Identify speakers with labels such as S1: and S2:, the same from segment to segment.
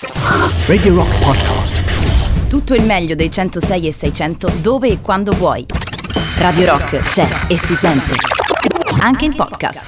S1: Radio Rock Podcast.
S2: Tutto il meglio dei 106 e 600 dove e quando vuoi. Radio Rock c'è e si sente. Anche in podcast.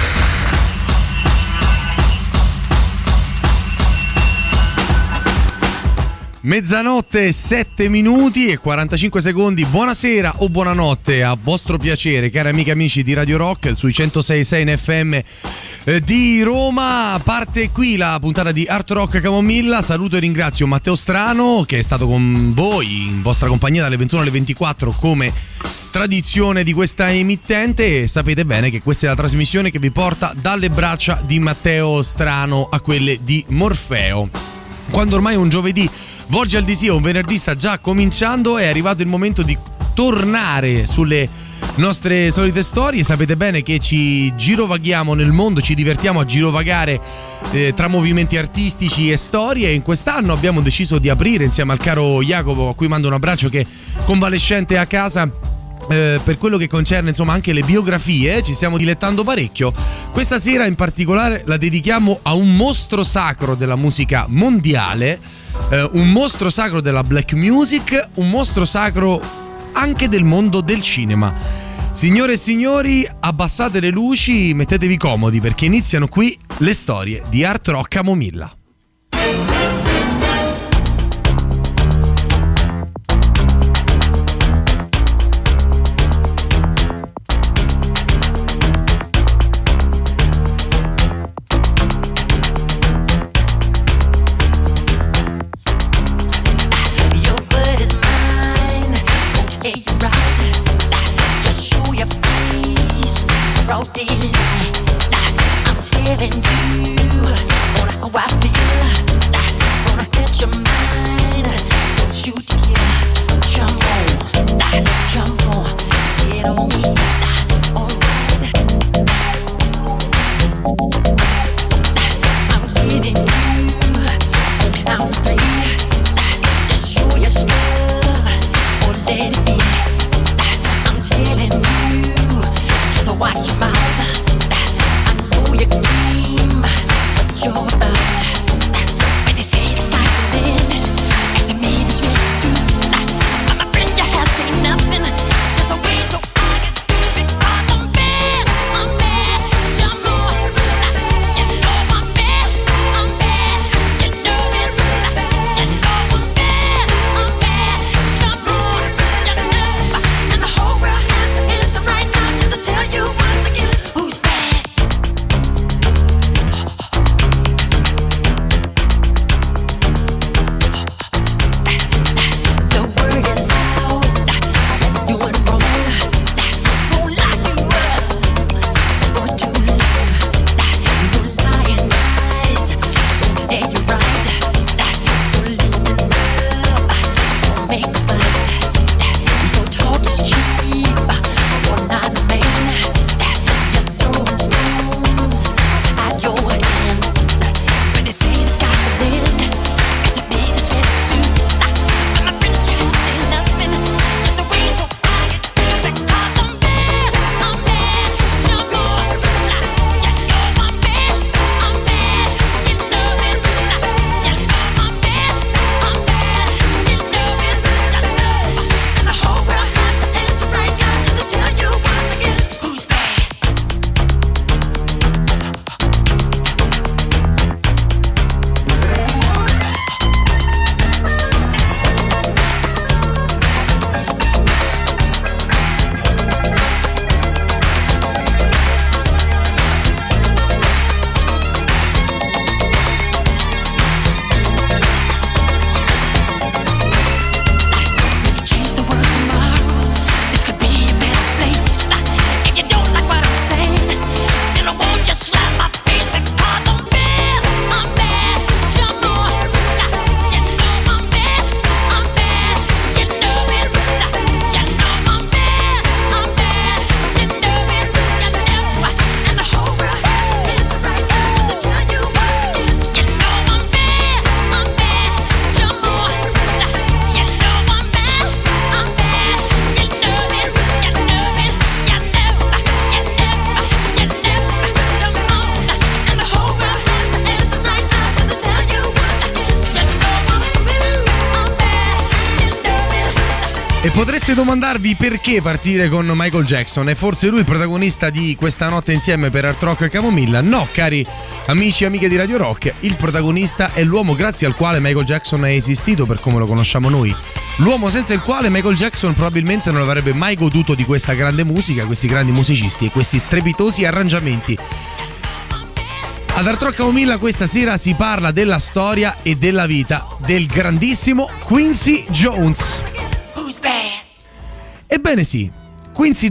S3: Mezzanotte, 7 minuti e 45 secondi. Buonasera o buonanotte a vostro piacere, cari amiche e amici di Radio Rock sui 106.6 in FM di Roma. Parte qui la puntata di Art Rock Camomilla. Saluto e ringrazio Matteo Strano, che è stato con voi in vostra compagnia dalle 21 alle 24 come tradizione di questa emittente, e sapete bene che questa è la trasmissione che vi porta dalle braccia di Matteo Strano a quelle di Morfeo. Quando ormai un giovedì volge al disio, un venerdì sta già cominciando, è arrivato il momento di tornare sulle nostre solite storie. Sapete bene che ci girovaghiamo nel mondo, ci divertiamo a girovagare tra movimenti artistici e storie, e in quest'anno abbiamo deciso di aprire insieme al caro Jacopo, a cui mando un abbraccio, che è convalescente a casa, per quello che concerne insomma anche le biografie. Ci stiamo dilettando parecchio. Questa sera in particolare la dedichiamo a un mostro sacro della musica mondiale, un mostro sacro della black music, un mostro sacro anche del mondo del cinema. Signore e signori, abbassate le luci, mettetevi comodi, perché iniziano qui le storie di Art Rock Camomilla.
S4: I'm telling you on how I feel.
S3: E potreste domandarvi perché partire con Michael Jackson? È forse lui il protagonista di questa notte insieme per Art Rock e Camomilla? No, cari amici e amiche di Radio Rock, il protagonista è l'uomo grazie al quale Michael Jackson è esistito per come lo conosciamo noi. L'uomo senza il quale Michael Jackson probabilmente non avrebbe mai goduto di questa grande musica, questi grandi musicisti e questi strepitosi arrangiamenti. Ad Art Rock Camomilla questa sera si parla della storia e della vita del grandissimo Quincy Jones. Ebbene sì, Quincy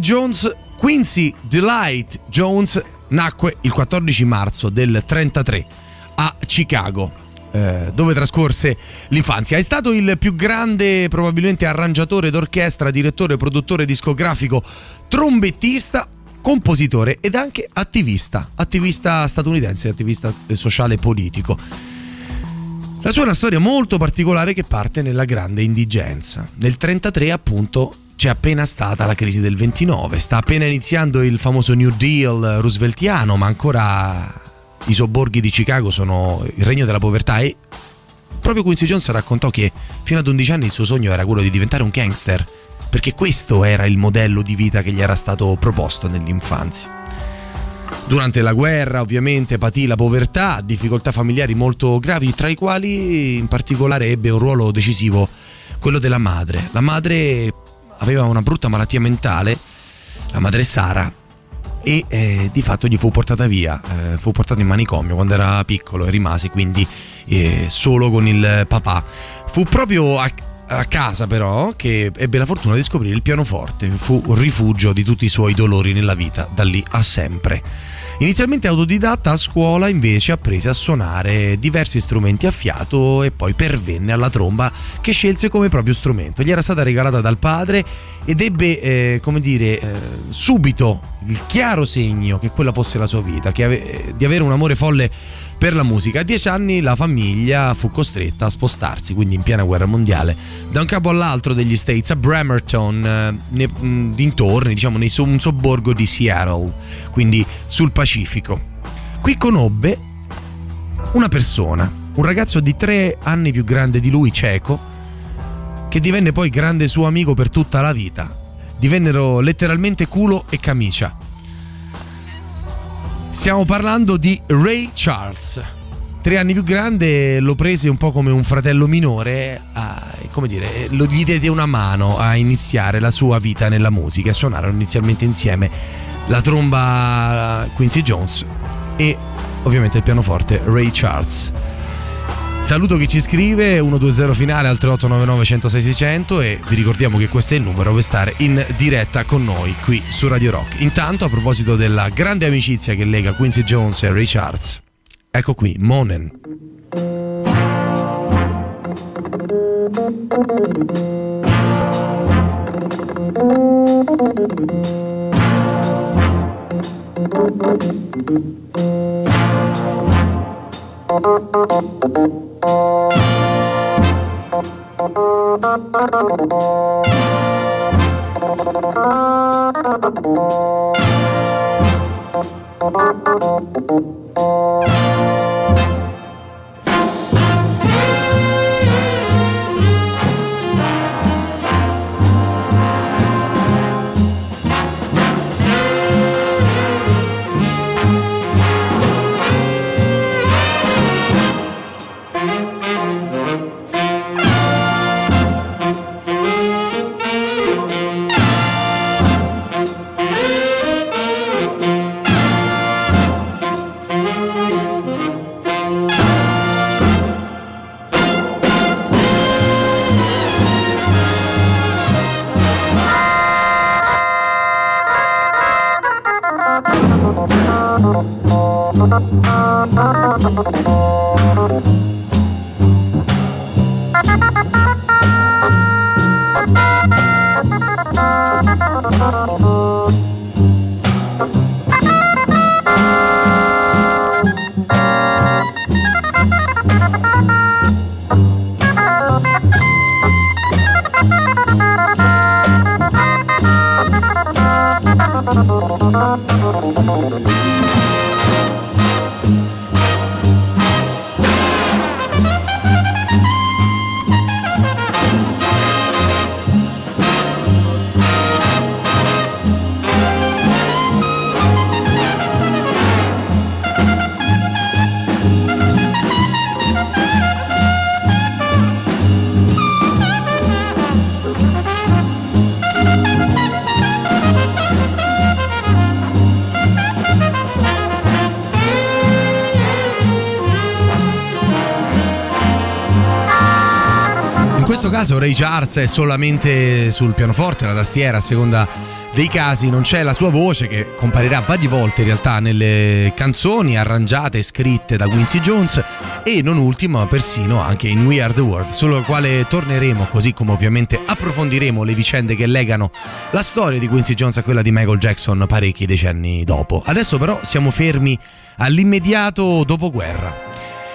S3: Delight Jones nacque il 14 marzo del 1933 a Chicago, dove trascorse l'infanzia. È stato il più grande probabilmente arrangiatore d'orchestra, direttore, produttore discografico, trombettista, compositore ed anche attivista statunitense, attivista sociale e politico. La sua è una storia molto particolare che parte nella grande indigenza. Nel 1933 appunto c'è appena stata la crisi del 29, sta appena iniziando il famoso New Deal rooseveltiano, ma ancora i sobborghi di Chicago sono il regno della povertà e proprio Quincy Jones raccontò che fino ad 11 anni il suo sogno era quello di diventare un gangster, perché questo era il modello di vita che gli era stato proposto nell'infanzia. Durante la guerra ovviamente patì la povertà, difficoltà familiari molto gravi, tra i quali in particolare ebbe un ruolo decisivo quello della madre. La madre aveva una brutta malattia mentale, la madre Sara, e di fatto gli fu portata via, fu portata in manicomio quando era piccolo e rimase quindi solo con il papà. Fu proprio a casa però che ebbe la fortuna di scoprire il pianoforte, fu un rifugio di tutti i suoi dolori nella vita da lì a sempre. Inizialmente autodidatta, a scuola invece apprese a suonare diversi strumenti a fiato e poi pervenne alla tromba che scelse come proprio strumento. Gli era stata regalata dal padre ed ebbe subito il chiaro segno che quella fosse la sua vita, di avere un amore folle per la musica. A 10 anni la famiglia fu costretta a spostarsi, quindi in piena guerra mondiale, da un capo all'altro degli States, a Bremerton, dintorni, diciamo un sobborgo di Seattle, quindi sul Pacifico. Qui conobbe una persona, un ragazzo di 3 anni più grande di lui, cieco, che divenne poi grande suo amico per tutta la vita. Divennero letteralmente culo e camicia. Stiamo parlando di Ray Charles. 3 anni più grande, lo prese un po' come un fratello minore, gli diede una mano a iniziare la sua vita nella musica e suonarono inizialmente insieme la tromba Quincy Jones e ovviamente il pianoforte Ray Charles. Saluto chi ci scrive, 120 finale al 3899 106 600, e vi ricordiamo che questo è il numero per stare in diretta con noi qui su Radio Rock. Intanto, a proposito della grande amicizia che lega Quincy Jones e Ray Charles, ecco qui Monen. questo caso Ray Charles è solamente sul pianoforte, la tastiera, a seconda dei casi. Non c'è la sua voce, che comparirà varie volte in realtà nelle canzoni arrangiate e scritte da Quincy Jones, e non ultimo persino anche in We Are The World, sulla quale torneremo, così come ovviamente approfondiremo le vicende che legano la storia di Quincy Jones a quella di Michael Jackson parecchi decenni dopo. Adesso però siamo fermi all'immediato dopoguerra.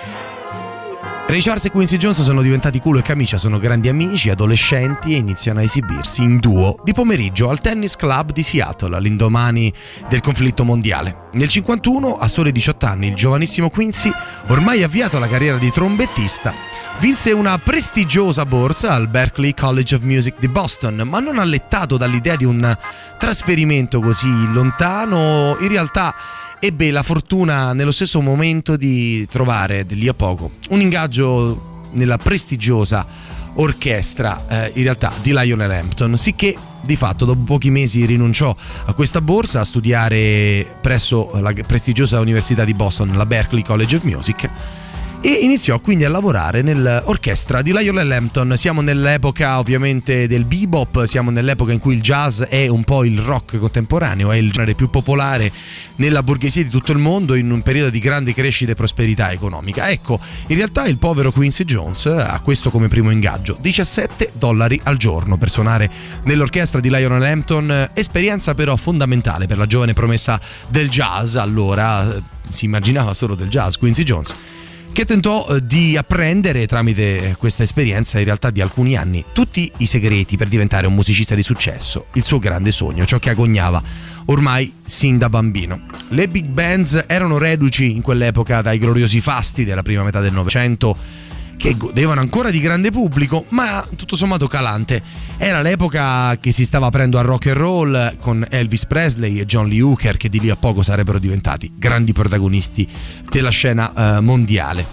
S3: Ray Charles e Quincy Jones sono diventati culo e camicia, sono grandi amici, adolescenti, e iniziano a esibirsi in duo di pomeriggio al Tennis Club di Seattle all'indomani del conflitto mondiale. Nel 1951, a soli 18 anni, il giovanissimo Quincy, ormai avviato alla carriera di trombettista, vinse una prestigiosa borsa al Berklee College of Music di Boston, ma non allettato dall'idea di un trasferimento così lontano, in realtà ebbe la fortuna nello stesso momento di trovare, di lì a poco, un ingaggio nella prestigiosa orchestra in realtà di Lionel Hampton, sicché di fatto dopo pochi mesi rinunciò a questa borsa a studiare presso la prestigiosa Università di Boston, la Berklee College of Music, e iniziò quindi a lavorare nell'orchestra di Lionel Hampton. Siamo nell'epoca ovviamente del bebop, siamo nell'epoca in cui il jazz è un po' il rock contemporaneo, è il genere più popolare nella borghesia di tutto il mondo, in un periodo di grande crescita e prosperità economica. Ecco, in realtà il povero Quincy Jones ha questo come primo ingaggio: $17 al giorno per suonare nell'orchestra di Lionel Hampton, esperienza però fondamentale per la giovane promessa del jazz. Allora si immaginava solo del jazz Quincy Jones, che tentò di apprendere tramite questa esperienza, in realtà di alcuni anni, tutti i segreti per diventare un musicista di successo, il suo grande sogno, ciò che agognava ormai sin da bambino. Le big bands erano reduci in quell'epoca dai gloriosi fasti della prima metà del Novecento, che godevano ancora di grande pubblico, ma tutto sommato calante. Era l'epoca che si stava aprendo al rock and roll, con Elvis Presley e John Lee Hooker, che di lì a poco sarebbero diventati grandi protagonisti della scena mondiale.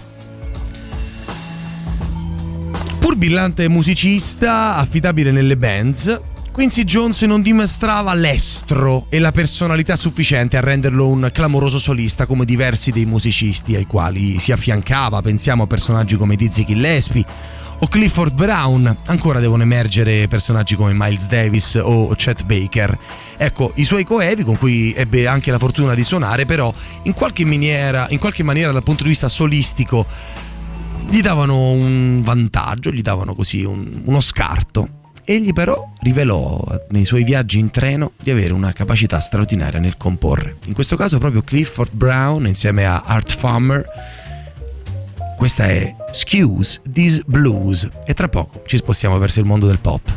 S3: Pur brillante musicista, affidabile nelle bands, Quincy Jones non dimostrava l'estro e la personalità sufficiente a renderlo un clamoroso solista come diversi dei musicisti ai quali si affiancava. Pensiamo a personaggi come Dizzy Gillespie o Clifford Brown. Ancora devono emergere personaggi come Miles Davis o Chet Baker. Ecco, i suoi coevi, con cui ebbe anche la fortuna di suonare, però in qualche maniera dal punto di vista solistico gli davano un vantaggio, gli davano così uno scarto. Egli però rivelò nei suoi viaggi in treno di avere una capacità straordinaria nel comporre. In questo caso proprio Clifford Brown insieme a Art Farmer. Questa è Excuse These Blues, e tra poco ci spostiamo verso il mondo del pop.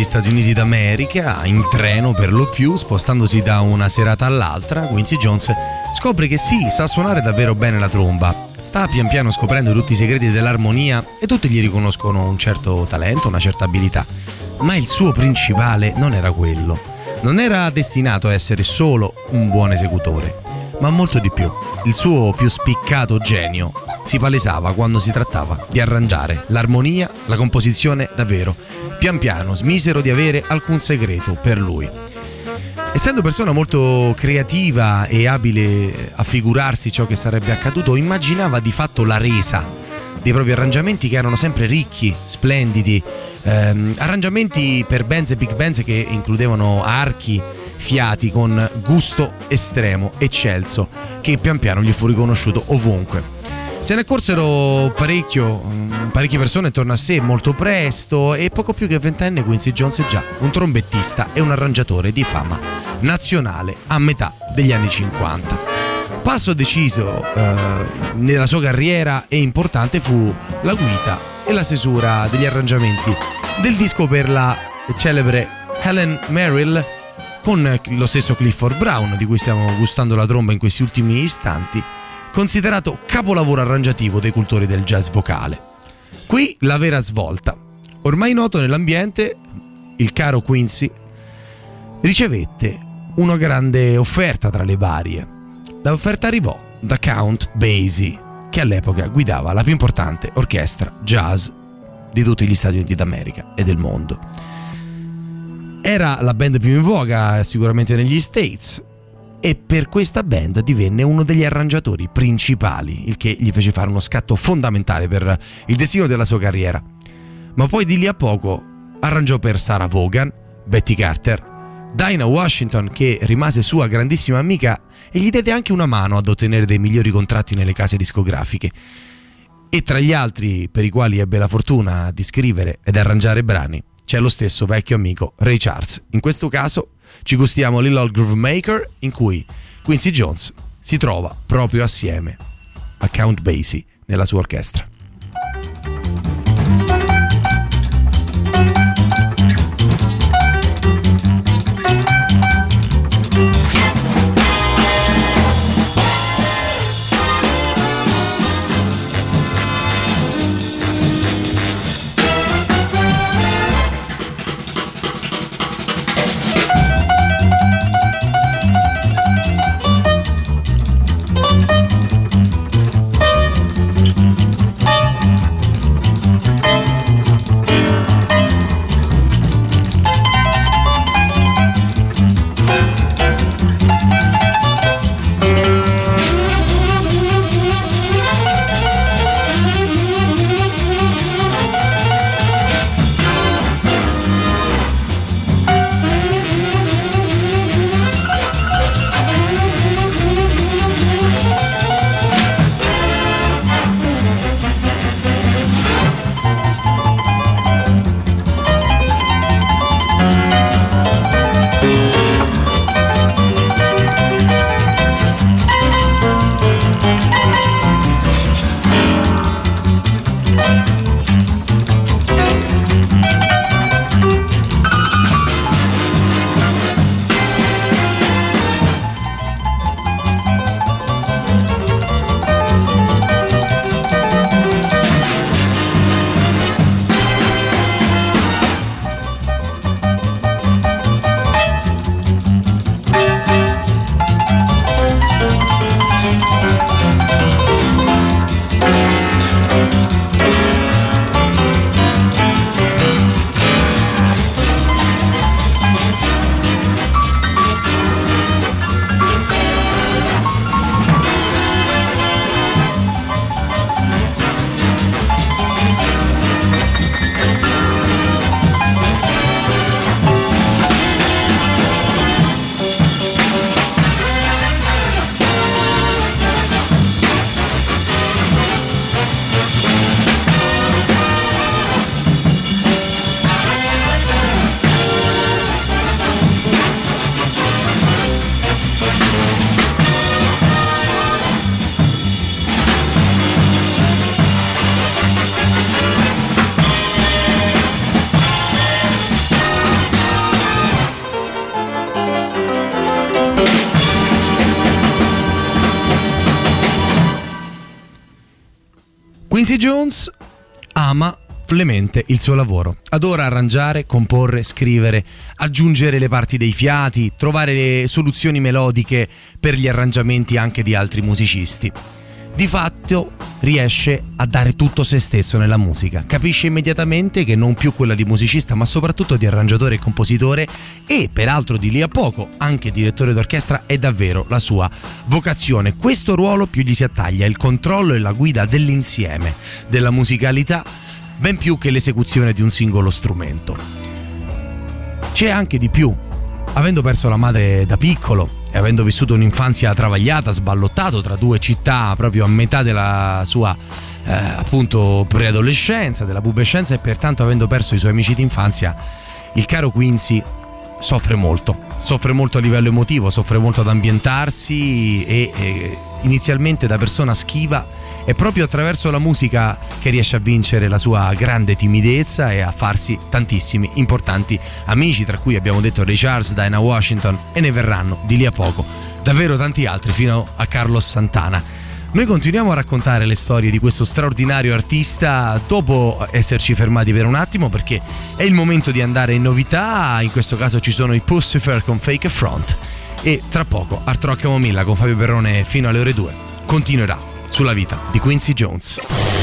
S3: negli Stati Uniti d'America, in treno per lo più, spostandosi da una serata all'altra, Quincy Jones scopre che sì, sa suonare davvero bene la tromba. Sta pian piano scoprendo tutti i segreti dell'armonia e tutti gli riconoscono un certo talento, una certa abilità. Ma il suo principale non era quello. Non era destinato a essere solo un buon esecutore, ma molto di più. Il suo più spiccato genio si palesava quando si trattava di arrangiare l'armonia, la composizione davvero. Pian piano smisero di avere alcun segreto per lui. Essendo persona molto creativa e abile a figurarsi ciò che sarebbe accaduto, immaginava di fatto la resa dei propri arrangiamenti, che erano sempre ricchi, splendidi, arrangiamenti per bands e big bands che includevano archi, fiati con gusto estremo, eccelso, che pian piano gli fu riconosciuto ovunque. Se ne accorsero parecchie persone intorno a sé molto presto, e poco più che ventenne Quincy Jones è già un trombettista e un arrangiatore di fama nazionale a metà degli anni 50. Passo deciso nella sua carriera e importante fu la guida e la stesura degli arrangiamenti del disco per la celebre Helen Merrill, con lo stesso Clifford Brown, di cui stiamo gustando la tromba in questi ultimi istanti, considerato capolavoro arrangiativo dei cultori del jazz vocale. Qui la vera svolta. Ormai noto nell'ambiente, il caro Quincy ricevette una grande offerta tra le varie. L'offerta arrivò da Count Basie, che all'epoca guidava la più importante orchestra jazz di tutti gli Stati Uniti d'America e del mondo. Era la band più in voga sicuramente negli States, e per questa band divenne uno degli arrangiatori principali, il che gli fece fare uno scatto fondamentale per il destino della sua carriera. Ma poi di lì a poco arrangiò per Sarah Vaughan, Betty Carter, Dinah Washington, che rimase sua grandissima amica e gli diede anche una mano ad ottenere dei migliori contratti nelle case discografiche. E tra gli altri per i quali ebbe la fortuna di scrivere ed arrangiare brani c'è lo stesso vecchio amico Ray Charles. In questo caso ci gustiamo Little Old Groove Maker, in cui Quincy Jones si trova proprio assieme a Count Basie nella sua orchestra. Jones ama follemente il suo lavoro, adora arrangiare, comporre, scrivere, aggiungere le parti dei fiati, trovare le soluzioni melodiche per gli arrangiamenti anche di altri musicisti. Di fatto riesce a dare tutto se stesso nella musica, capisce immediatamente che non più quella di musicista ma soprattutto di arrangiatore e compositore, e peraltro di lì a poco anche direttore d'orchestra è davvero la sua vocazione. Questo ruolo più gli si attaglia il controllo e la guida dell'insieme della musicalità, ben più che l'esecuzione di un singolo strumento. C'è anche di più. Avendo perso la madre da piccolo e avendo vissuto un'infanzia travagliata, sballottato tra due città proprio a metà della sua appunto preadolescenza, della pubescenza, e pertanto avendo perso i suoi amici d'infanzia, il caro Quincy soffre molto a livello emotivo, soffre molto ad ambientarsi e inizialmente da persona schiva è proprio attraverso la musica che riesce a vincere la sua grande timidezza e a farsi tantissimi importanti amici, tra cui abbiamo detto Ray Charles, Dinah Washington, e ne verranno di lì a poco davvero tanti altri fino a Carlos Santana. Noi continuiamo a raccontare le storie di questo straordinario artista dopo esserci fermati per un attimo, perché è il momento di andare in novità. In questo caso ci sono i Puscifer con Fake Front, e tra poco Art Rock Camomilla con Fabio Perrone fino alle ore 2 continuerà sulla vita di Quincy Jones.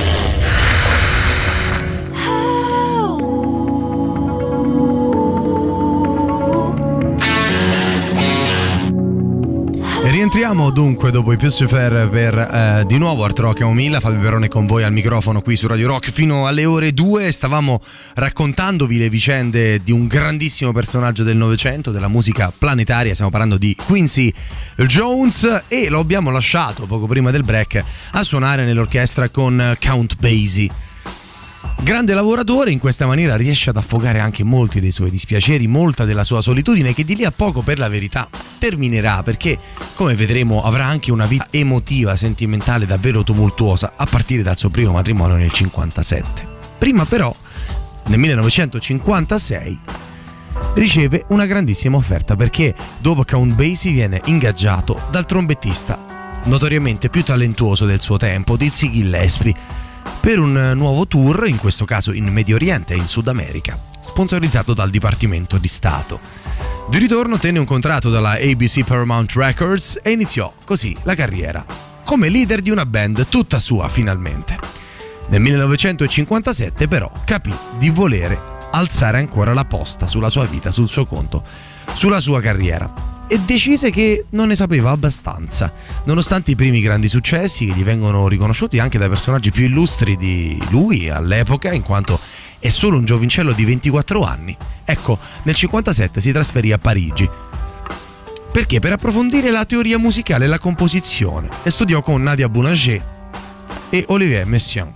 S3: E rientriamo dunque dopo i Puscifer per di nuovo Art Rock Camomilla. Fabio Perrone con voi al microfono qui su Radio Rock fino alle ore 2. Stavamo raccontandovi le vicende di un grandissimo personaggio del Novecento, della musica planetaria. Stiamo parlando di Quincy Jones, e lo abbiamo lasciato poco prima del break a suonare nell'orchestra con Count Basie. Grande lavoratore, in questa maniera riesce ad affogare anche molti dei suoi dispiaceri, molta della sua solitudine, che di lì a poco per la verità terminerà, perché come vedremo avrà anche una vita emotiva, sentimentale davvero tumultuosa a partire dal suo primo matrimonio nel 57. Prima però, nel 1956, riceve una grandissima offerta, perché dopo Count Basie viene ingaggiato dal trombettista notoriamente più talentuoso del suo tempo, Dizzy Gillespie, per un nuovo tour, in questo caso in Medio Oriente e in Sud America, sponsorizzato dal Dipartimento di Stato. Di ritorno tenne un contratto dalla ABC Paramount Records e iniziò così la carriera come leader di una band tutta sua finalmente. Nel 1957 però capì di volere alzare ancora la posta sulla sua vita, sul suo conto, sulla sua carriera, e decise che non ne sapeva abbastanza, nonostante i primi grandi successi che gli vengono riconosciuti anche dai personaggi più illustri di lui all'epoca, in quanto è solo un giovincello di 24 anni. Ecco, nel 57 si trasferì a Parigi. Perché? Per approfondire la teoria musicale e la composizione, e studiò con Nadia Boulanger e Olivier Messiaen.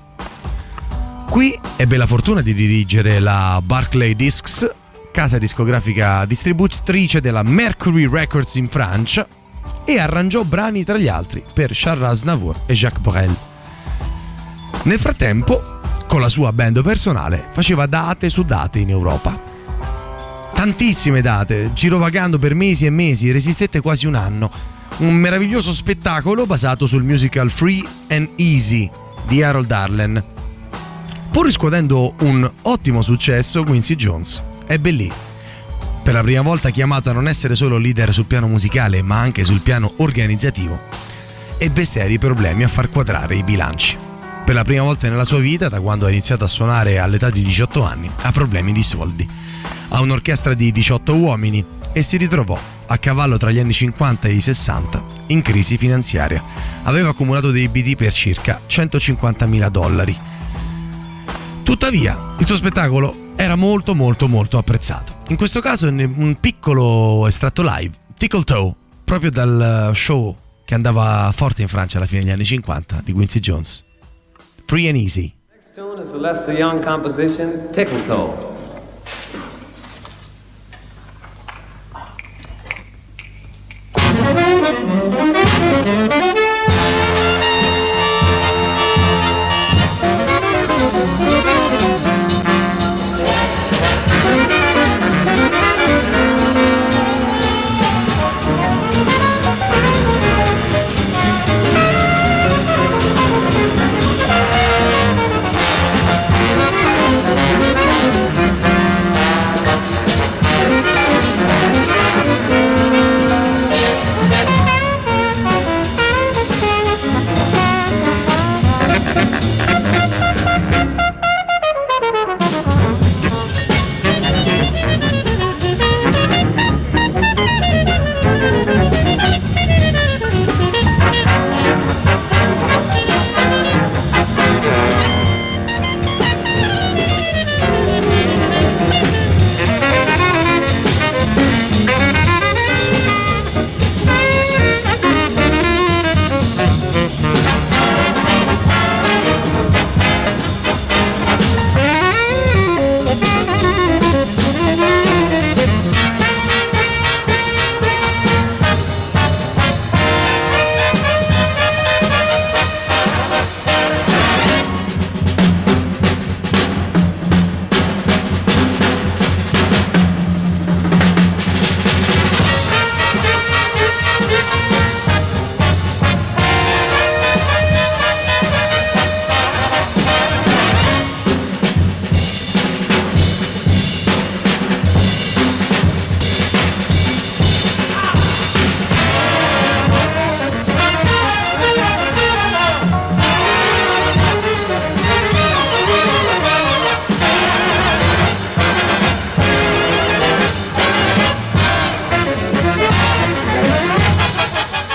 S3: Qui ebbe la fortuna di dirigere la Barclay Discs, casa discografica distributrice della Mercury Records in Francia, e arrangiò brani tra gli altri per Charles Aznavour e Jacques Brel. Nel frattempo, con la sua band personale, faceva date su date in Europa. Tantissime date, girovagando per mesi e mesi, resistette quasi un anno. Un meraviglioso spettacolo basato sul musical Free and Easy di Harold Arlen. Pur riscuotendo un ottimo successo, Quincy Jones ebbe lì, per la prima volta chiamato a non essere solo leader sul piano musicale ma anche sul piano organizzativo, ebbe seri problemi a far quadrare i bilanci. Per la prima volta nella sua vita, da quando ha iniziato a suonare all'età di 18 anni, ha problemi di soldi. Ha un'orchestra di 18 uomini e si ritrovò a cavallo tra gli anni 50 e i 60 in crisi finanziaria. Aveva accumulato dei BD per circa $150.000. Tuttavia, il suo spettacolo era molto apprezzato. In questo caso un piccolo estratto live, Tickle Toe, proprio dal show che andava forte in Francia alla fine degli anni 50 di Quincy Jones. Free and Easy.
S4: Next tune is a Lester Young composition, Tickle Toe.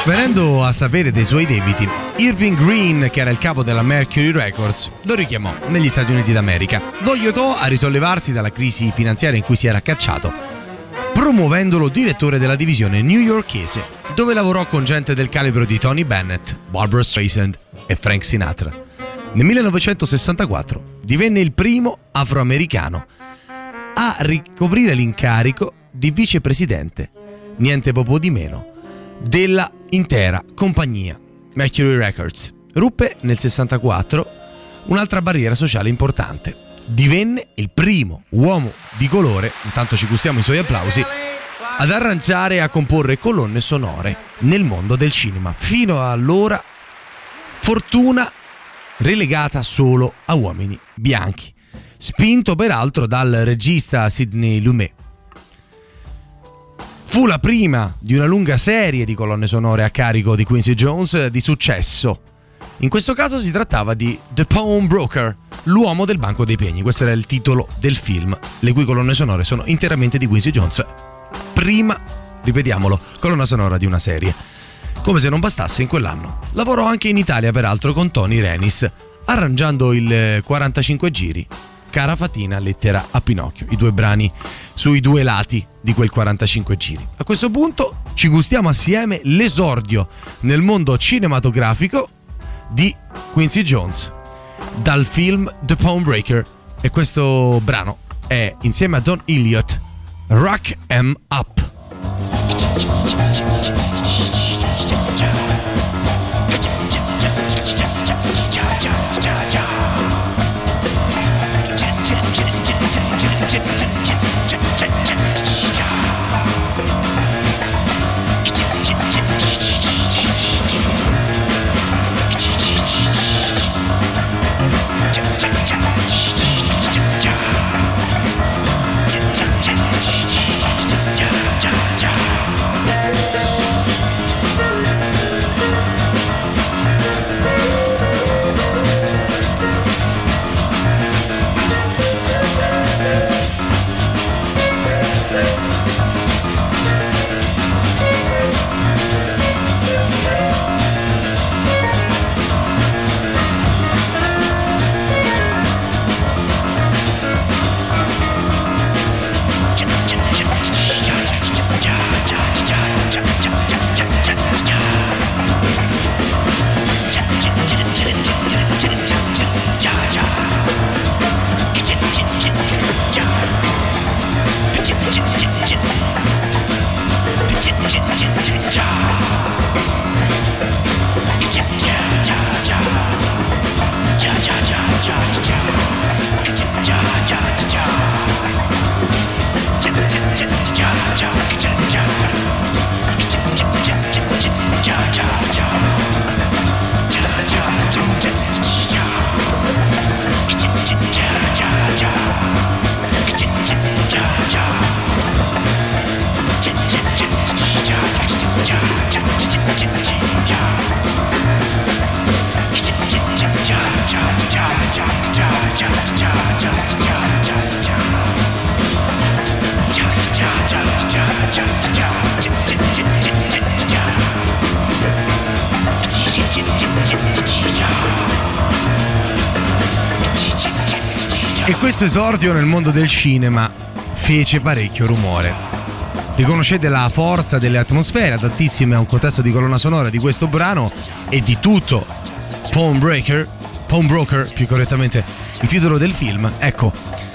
S3: Venendo a sapere dei suoi debiti, Irving Green, che era il capo della Mercury Records, lo richiamò negli Stati Uniti d'America. Lo aiutò a risollevarsi dalla crisi finanziaria in cui si era cacciato, promuovendolo direttore della divisione newyorkese, dove lavorò con gente del calibro di Tony Bennett, Barbra Streisand e Frank Sinatra. Nel 1964 divenne il primo afroamericano a ricoprire l'incarico di vicepresidente, niente poco di meno, della intera compagnia Mercury Records. Ruppe nel 64 un'altra barriera sociale importante. Divenne il primo uomo di colore, intanto ci gustiamo i suoi applausi, ad arrangiare e a comporre colonne sonore nel mondo del cinema. Fino allora fortuna relegata solo a uomini bianchi, spinto peraltro dal regista Sidney Lumet. Fu la prima di una lunga serie di colonne sonore a carico di Quincy Jones di successo. In questo caso si trattava di The Pawnbroker, l'uomo del banco dei pegni. Questo era il titolo del film, le cui colonne sonore sono interamente di Quincy Jones. Prima, ripetiamolo, colonna sonora di una serie. Come se non bastasse, in quell'anno lavorò anche in Italia, peraltro, con Tony Renis, arrangiando il 45 giri, Cara Fatina, lettera a Pinocchio, i due brani sui due lati di quel 45 giri. A questo punto ci gustiamo assieme l'esordio nel mondo cinematografico di Quincy Jones dal film The Pawnbroker, e questo brano è, insieme a Don Elliott, Rock 'Em Up. E questo esordio nel mondo del cinema fece parecchio rumore. Riconoscete la forza delle atmosfere adattissime a un contesto di colonna sonora di questo brano e di tutto Pawnbroker, più correttamente il titolo del film, ecco.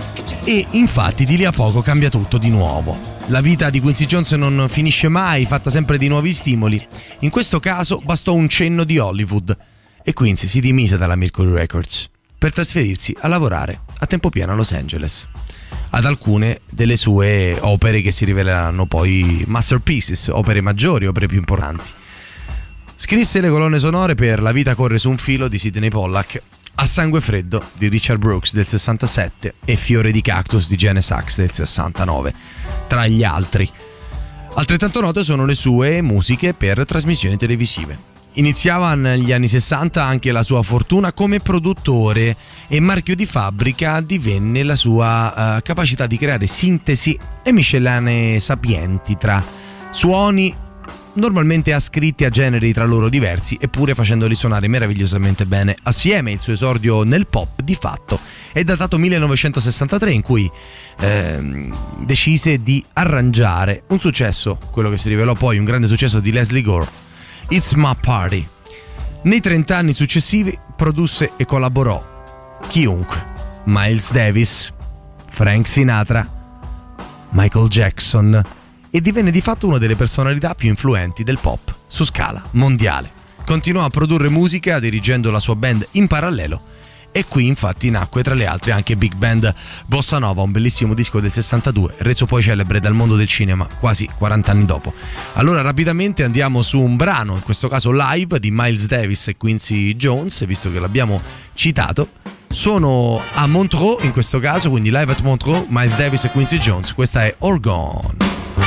S3: E infatti di lì a poco cambia tutto di nuovo. La vita di Quincy Jones non finisce mai, fatta sempre di nuovi stimoli. In questo caso bastò un cenno di Hollywood e Quincy si dimise dalla Mercury Records per trasferirsi a lavorare a tempo pieno a Los Angeles ad alcune delle sue opere che si riveleranno poi masterpieces, opere maggiori, opere più importanti. Scrisse le colonne sonore per La vita corre su un filo di Sidney Pollack, A sangue freddo di Richard Brooks del 67 e Fiore di cactus di Gene Sachs del 69, tra gli altri. Altrettanto note sono le sue musiche per trasmissioni televisive. Iniziava negli anni 60 anche la sua fortuna come produttore e marchio di fabbrica divenne la sua capacità di creare sintesi e miscellanee sapienti tra suoni normalmente ascritti a generi tra loro diversi, eppure facendoli suonare meravigliosamente bene assieme. Il suo esordio nel pop, di fatto, è datato 1963, in cui decise di arrangiare un successo, quello che si rivelò poi un grande successo di Leslie Gore, It's My Party. Nei 30 anni successivi produsse e collaborò chiunque: Miles Davis, Frank Sinatra, Michael Jackson, e divenne di fatto una delle personalità più influenti del pop su scala mondiale. Continuò a produrre musica dirigendo la sua band in parallelo, e qui infatti nacque tra le altre anche Big Band Bossa Nova, un bellissimo disco del 62, reso poi celebre dal mondo del cinema quasi 40 anni dopo. Allora rapidamente andiamo su un brano, in questo caso live, di Miles Davis e Quincy Jones, visto che l'abbiamo citato. Sono a Montreux in questo caso, quindi live at Montreux, Miles Davis e Quincy Jones. Questa è All Gone.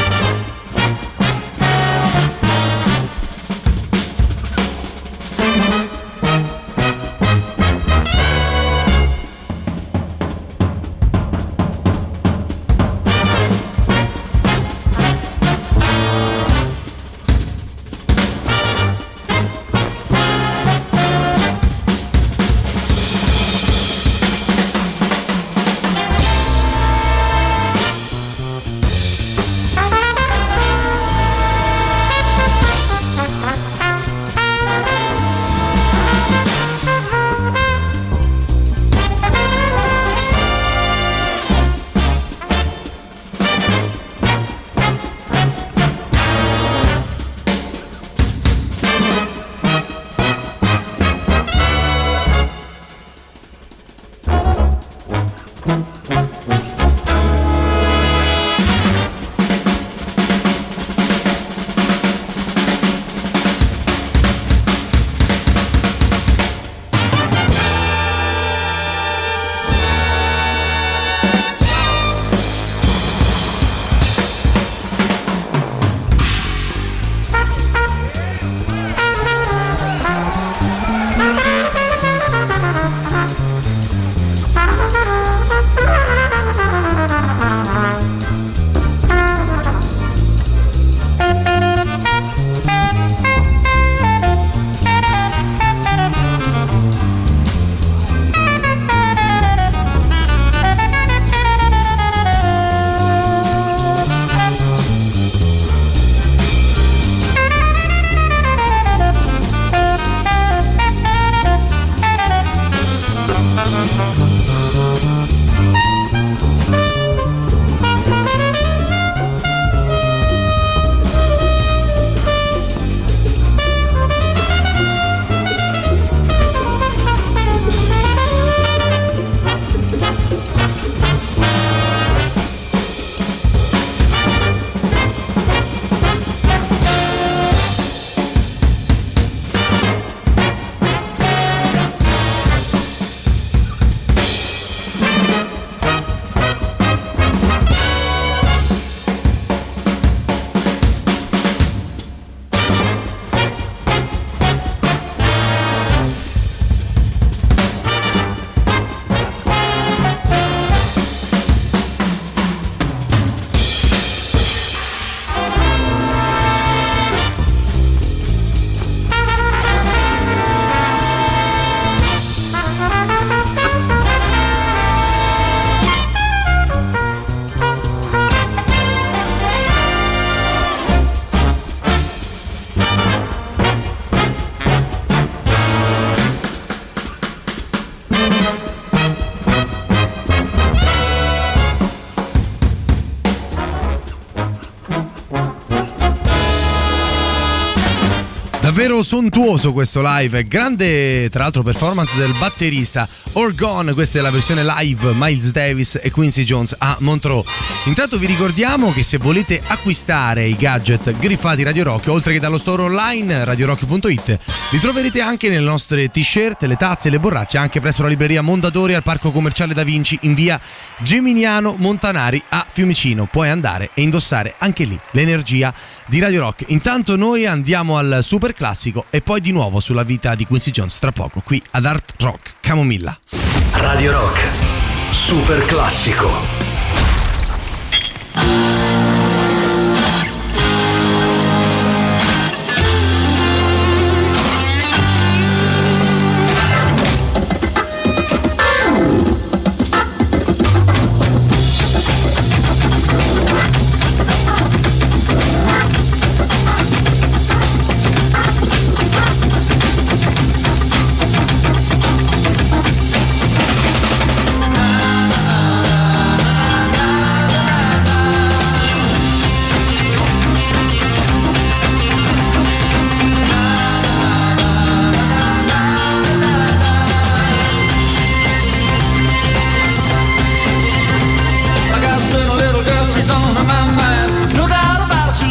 S3: Davvero sontuoso questo live, grande tra l'altro performance del batterista All Gone. Questa è la versione live Miles Davis e Quincy Jones a Montreux. Intanto vi ricordiamo che se volete acquistare i gadget griffati Radio Rock, oltre che dallo store online radiorock.it, li troverete anche nelle nostre t-shirt, le tazze e le borracce, anche presso la libreria Mondadori al Parco Commerciale Da Vinci in via Geminiano Montanari a Fiumicino. Puoi andare e indossare anche lì l'energia di Radio Rock. Intanto noi andiamo al super classico e poi di nuovo sulla vita di Quincy Jones tra poco qui ad Art Rock Camomilla.
S1: Radio Rock super classico.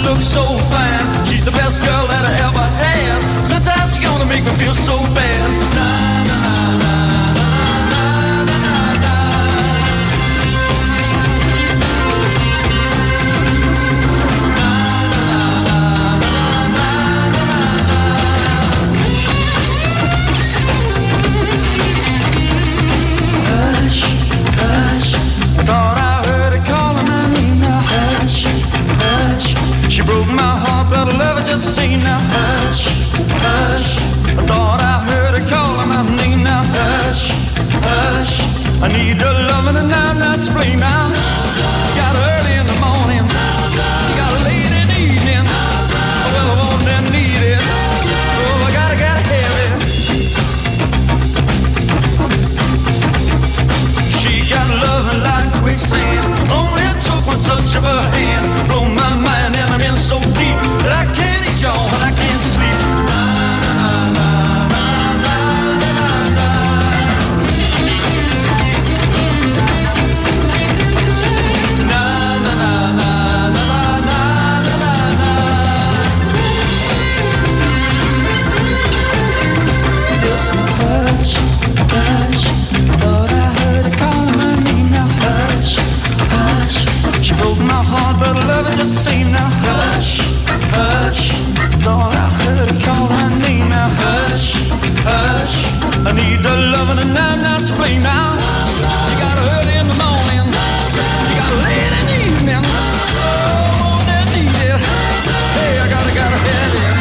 S5: looks so fine. She's the best girl that I ever had. Sometimes you're gonna make me feel so bad. Na, na, na, na. Thought I heard her calling my name now. Hush, hush. She broke my heart, but I love her just same now. Hush, hush. I thought I heard her calling my name now. Hush, hush. I need her loving and I'm not to blame now. You got her early in the morning, you got her late in the evening. Well, I want and need it. Oh, I gotta have it. She got love like quicksand. Only it took one touch of her hand. Blow my mind and I'm in so deep that I can't eat y'all and I can't sleep. Na, na, na, na, na, na, na. Na, na, na, na, na, na, na, na. Listen, hush, hush. Thought I heard her calling my name now. Hush, hush. She broke my heart, but I love her just same now. Hush, hush. Thought I heard her call her name now. Hush, hush. I need her loving and I'm not to blame now. You got her early in the morning, you got her late in the evening. Oh, I need it. Hey, I gotta have it.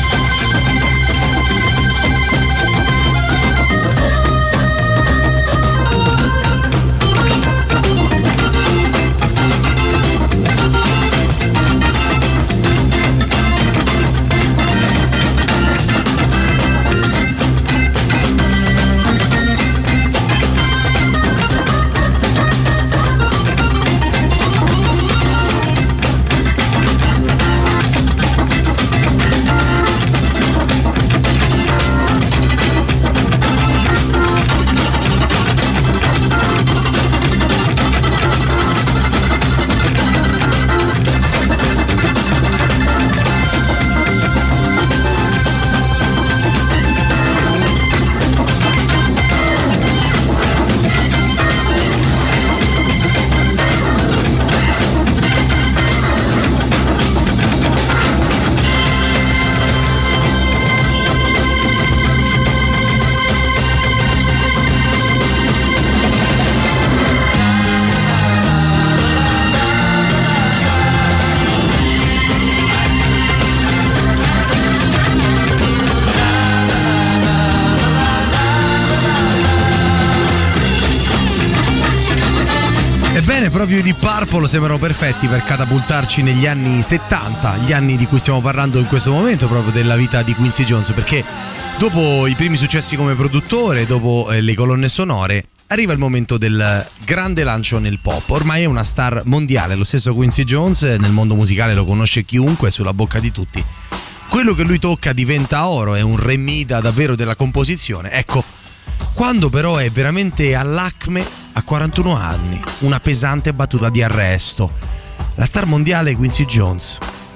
S3: Proprio di Purple sembrano perfetti per catapultarci negli anni 70, gli anni di cui stiamo parlando in questo momento, proprio della vita di Quincy Jones, perché dopo i primi successi come produttore, dopo le colonne sonore, arriva il momento del grande lancio nel pop. Ormai è una star mondiale, lo stesso Quincy Jones, nel mondo musicale lo conosce chiunque, è sulla bocca di tutti. Quello che lui tocca diventa oro, è un re Mida davvero della composizione. Ecco, quando però è veramente all'acme, a 41 anni, una pesante battuta di arresto. La star mondiale Quincy Jones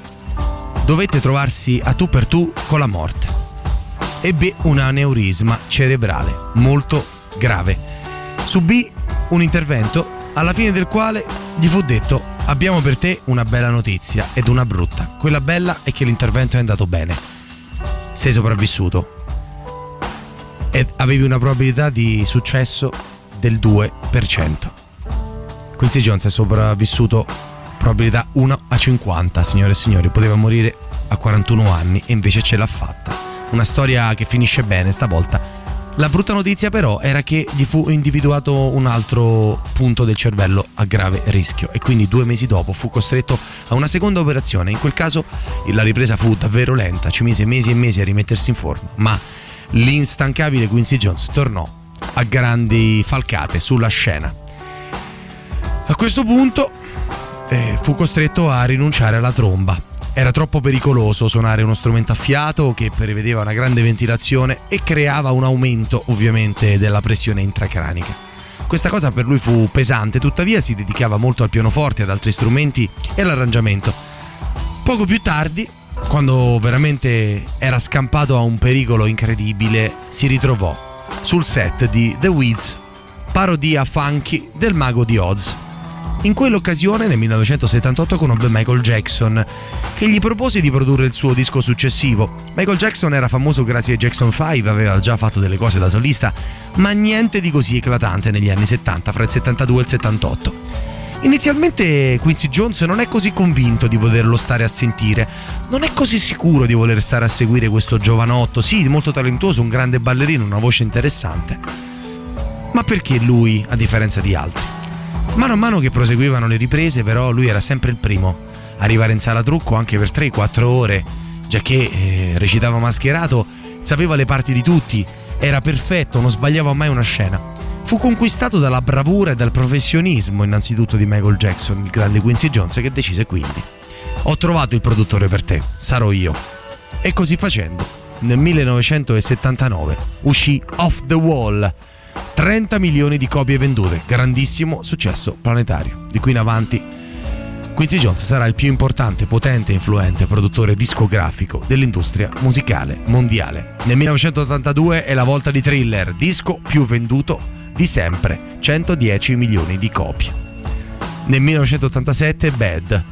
S3: dovette trovarsi a tu per tu con la morte. Ebbe un aneurisma cerebrale molto grave. Subì un intervento alla fine del quale gli fu detto: abbiamo per te una bella notizia ed una brutta. Quella bella è che l'intervento è andato bene. Sei sopravvissuto ed avevi una probabilità di successo del 2%. Quincy Jones è sopravvissuto, probabilità 1 a 50, signore e signori. Poteva morire a 41 anni e invece ce l'ha fatta. Una storia che finisce bene stavolta. La brutta notizia però era che gli fu individuato un altro punto del cervello a grave rischio e quindi 2 mesi dopo fu costretto a una seconda operazione. In quel caso la ripresa fu davvero lenta, ci mise mesi e mesi a rimettersi in forma, ma l'instancabile Quincy Jones tornò a grandi falcate sulla scena. A questo punto fu costretto a rinunciare alla tromba. Era troppo pericoloso suonare uno strumento a fiato che prevedeva una grande ventilazione e creava un aumento ovviamente della pressione intracranica. Questa cosa per lui fu pesante, tuttavia si dedicava molto al pianoforte, ad altri strumenti e all'arrangiamento. Poco più tardi, quando veramente era scampato a un pericolo incredibile, si ritrovò sul set di The Wiz, parodia funky del Mago di Oz. In quell'occasione, nel 1978, conobbe Michael Jackson, che gli propose di produrre il suo disco successivo. Michael Jackson era famoso grazie ai Jackson 5, aveva già fatto delle cose da solista, ma niente di così eclatante negli anni 70, fra il 72 e il 78. Inizialmente Quincy Jones non è così convinto di volerlo stare a sentire, non è così sicuro di voler stare a seguire questo giovanotto, sì, molto talentuoso, un grande ballerino, una voce interessante. Ma perché lui, a differenza di altri? Mano a mano che proseguivano le riprese, però, lui era sempre il primo a arrivare in sala trucco anche per 3-4 ore, giacché recitava mascherato, sapeva le parti di tutti, era perfetto, non sbagliava mai una scena. Fu conquistato dalla bravura e dal professionismo innanzitutto di Michael Jackson, il grande Quincy Jones, che decise quindi: ho trovato il produttore per te, sarò io. E così facendo, nel 1979 uscì Off the Wall, 30 milioni di copie vendute, grandissimo successo planetario. Di qui in avanti Quincy Jones sarà il più importante, potente e influente produttore discografico dell'industria musicale mondiale. Nel 1982 è la volta di Thriller, disco più venduto di sempre, 110 milioni di copie. Nel 1987 Bad,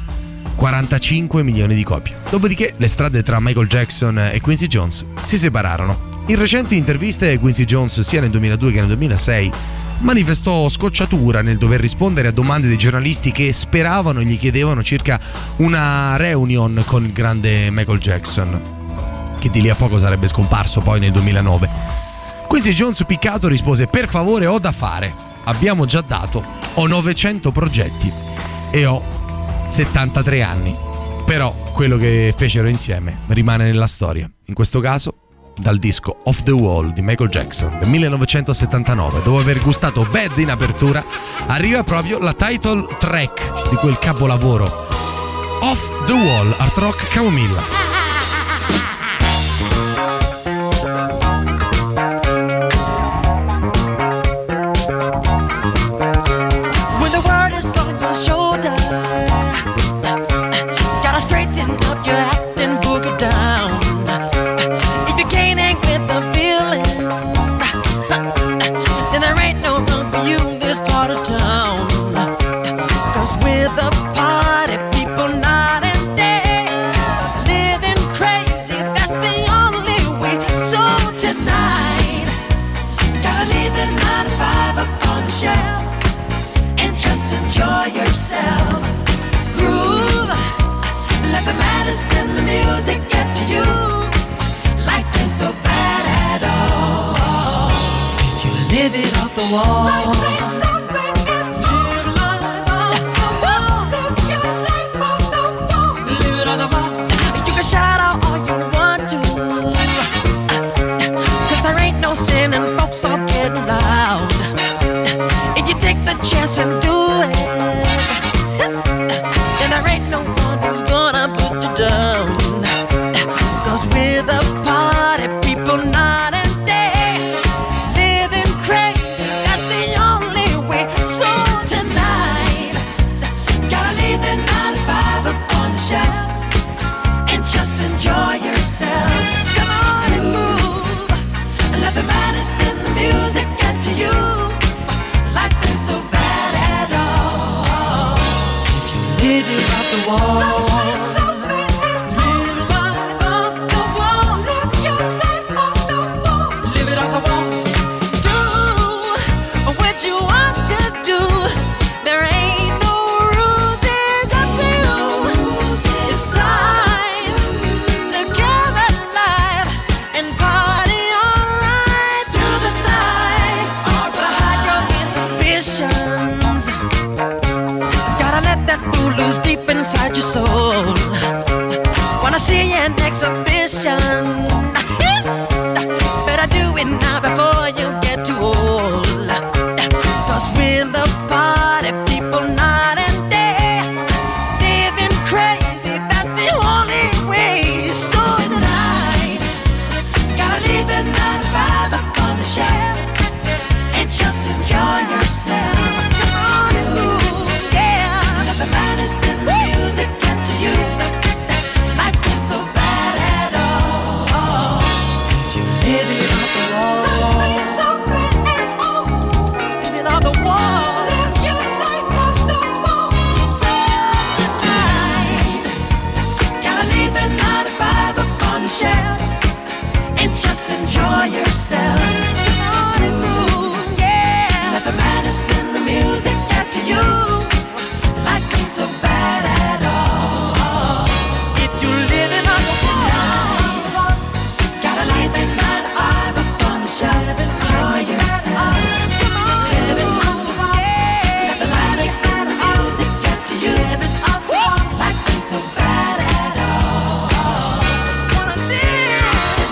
S3: 45 milioni di copie. Dopodiché le strade tra Michael Jackson e Quincy Jones si separarono. In recenti interviste Quincy Jones, sia nel 2002 che nel 2006, manifestò scocciatura nel dover rispondere a domande dei giornalisti che speravano e gli chiedevano circa una reunion con il grande Michael Jackson, che di lì a poco sarebbe scomparso poi nel 2009. Quincy Jones, piccato, rispose: per favore, ho da fare, abbiamo già dato, ho 900 progetti e ho 73 anni, però quello che fecero insieme rimane nella storia. In questo caso dal disco Off the Wall di Michael Jackson del 1979, dopo aver gustato Bad in apertura, arriva proprio la title track di quel capolavoro, Off the Wall, Art Rock Camomilla.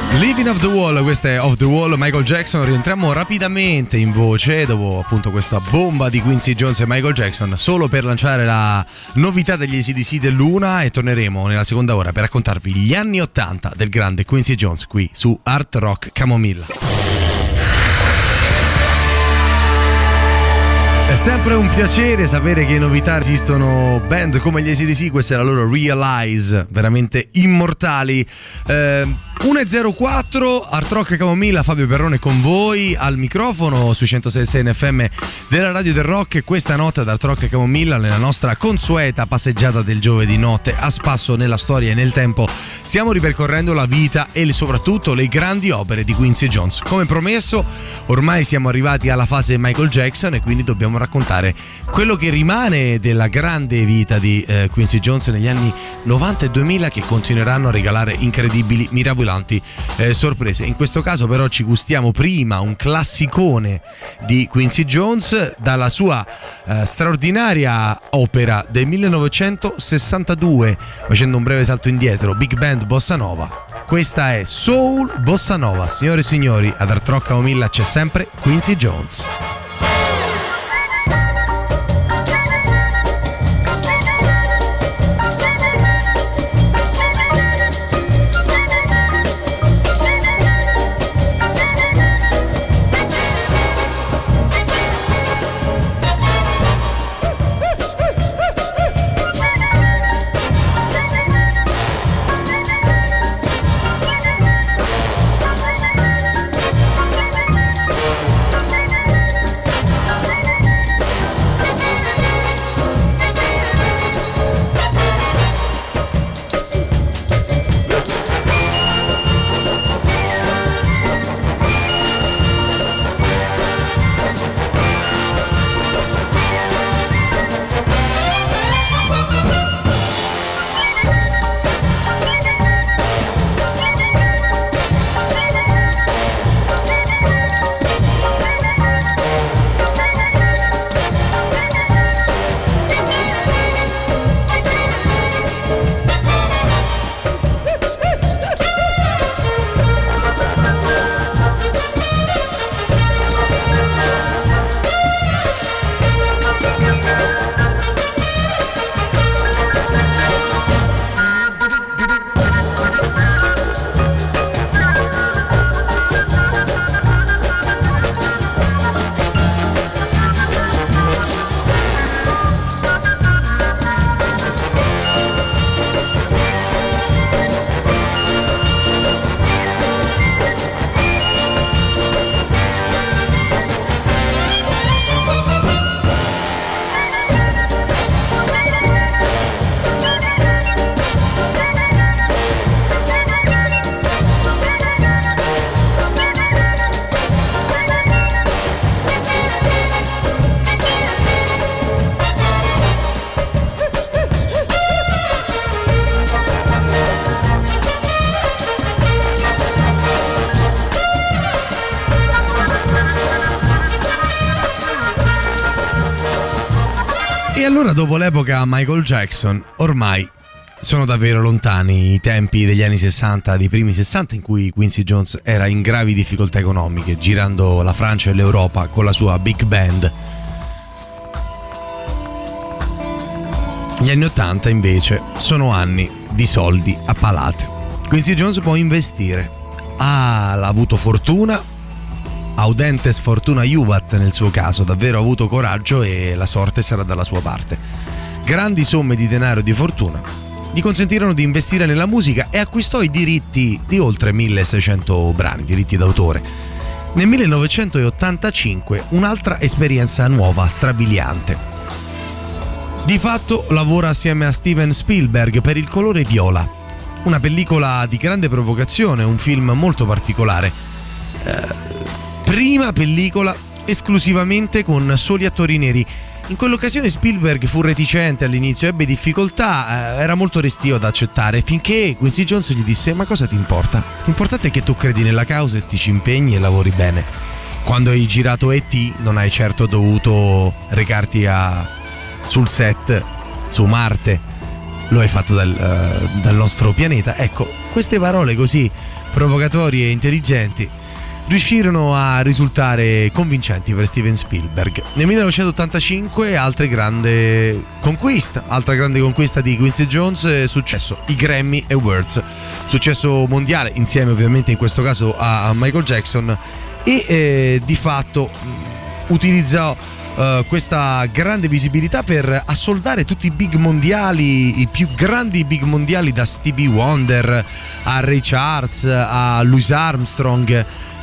S3: Living Off the Wall, questa è Off the Wall, Michael Jackson. Rientriamo rapidamente in voce dopo appunto questa bomba di Quincy Jones e Michael Jackson, solo per lanciare la novità degli AC/DC dell'una, e torneremo nella seconda ora per raccontarvi gli anni 80 del grande Quincy Jones qui su Art Rock Camomilla. È sempre un piacere sapere che in novità esistono band come gli AC/DC, questa è la loro Realize, veramente immortali. 1.04 Art Rock Camomilla, Fabio Perrone con voi al microfono sui 106.6 FM della Radio del Rock, e questa notte ad Art Rock Camomilla, nella nostra consueta passeggiata del giovedì notte a spasso nella storia e nel tempo, stiamo ripercorrendo la vita e soprattutto le grandi opere di Quincy Jones. Come promesso, ormai siamo arrivati alla fase Michael Jackson e quindi dobbiamo raccontare quello che rimane della grande vita di Quincy Jones negli anni 90 e 2000, che continueranno a regalare incredibili, mirabolanti sorprese. In questo caso però ci gustiamo prima un classicone di Quincy Jones dalla sua straordinaria opera del 1962, facendo un breve salto indietro, Big Band Bossa Nova. Questa è Soul Bossa Nova. Signore e signori, ad Art Rock Camomilla c'è sempre Quincy Jones. E allora, dopo l'epoca Michael Jackson, ormai sono davvero lontani i tempi degli anni 60, dei primi 60, in cui Quincy Jones era in gravi difficoltà economiche, girando la Francia e l'Europa con la sua big band. Gli anni 80 invece sono anni di soldi a palate. Quincy Jones può investire, ha avuto fortuna, audentes fortuna iuvat nel suo caso, davvero ha avuto coraggio e la sorte sarà dalla sua parte. Grandi somme di denaro e di fortuna gli consentirono di investire nella musica e acquistò i diritti di oltre 1600 brani, diritti d'autore. Nel 1985 un'altra esperienza nuova, strabiliante. Di fatto lavora assieme a Steven Spielberg per Il colore viola, una pellicola di grande provocazione, un film molto particolare. Prima pellicola esclusivamente con soli attori neri. In quell'occasione Spielberg fu reticente all'inizio, ebbe difficoltà, era molto restio ad accettare, finché Quincy Jones gli disse: ma cosa ti importa? L'importante è che tu credi nella causa e ti ci impegni e lavori bene. Quando hai girato E.T. non hai certo dovuto recarti sul set su Marte, lo hai fatto dal nostro pianeta. Ecco, queste parole così provocatori e intelligenti riuscirono a risultare convincenti per Steven Spielberg. Nel 1985 altra grande conquista di Quincy Jones, successo, i Grammy Awards, successo mondiale insieme ovviamente in questo caso a Michael Jackson, e di fatto utilizzò questa grande visibilità per assoldare tutti i big mondiali, i più grandi big mondiali, da Stevie Wonder a Ray Charles a Louis Armstrong,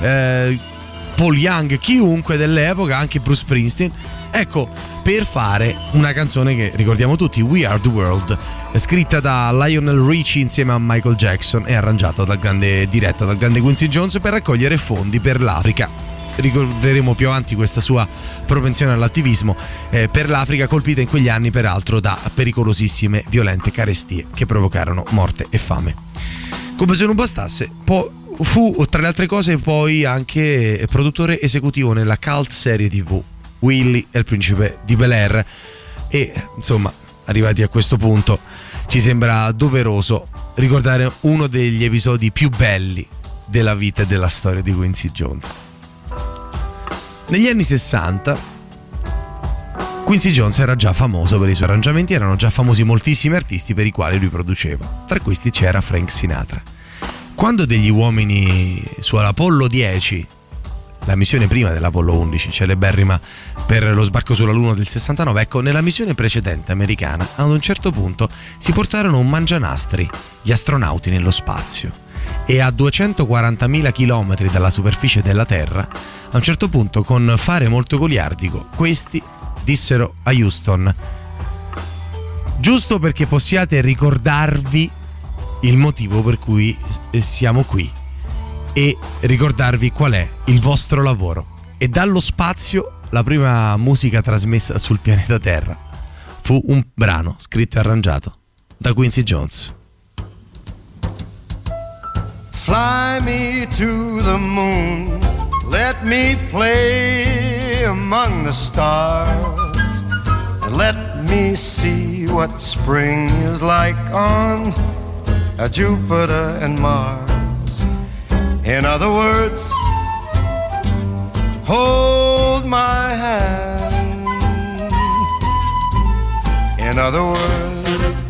S3: Paul Young, chiunque dell'epoca, anche Bruce Springsteen, ecco, per fare una canzone che ricordiamo tutti, We Are the World, scritta da Lionel Richie insieme a Michael Jackson e diretta dal grande Quincy Jones per raccogliere fondi per l'Africa. Ricorderemo più avanti questa sua propensione all'attivismo per l'Africa, colpita in quegli anni peraltro da pericolosissime violente carestie che provocarono morte e fame. Come se non bastasse, fu tra le altre cose poi anche produttore esecutivo nella cult serie TV Willy e il principe di Bel-Air, e insomma, arrivati a questo punto ci sembra doveroso ricordare uno degli episodi più belli della vita e della storia di Quincy Jones. Negli anni 60 Quincy Jones era già famoso per i suoi arrangiamenti, erano già famosi moltissimi artisti per i quali lui produceva. Tra questi c'era Frank Sinatra. Quando degli uomini su Apollo 10, la missione prima dell'Apollo 11, celeberrima per lo sbarco sulla Luna del 69, ecco, nella missione precedente americana, ad un certo punto si portarono un mangianastri, gli astronauti, nello spazio, e a 240.000 chilometri dalla superficie della Terra, a un certo punto, con fare molto goliardico, questi dissero a Houston: giusto perché possiate ricordarvi il motivo per cui siamo qui e ricordarvi qual è il vostro lavoro. E dallo spazio la prima musica trasmessa sul pianeta Terra fu un brano scritto e arrangiato da Quincy Jones.
S6: Fly me to the moon, let me play among the stars, and let me see what spring is like on Jupiter and Mars. In other words, hold my hand. In other words,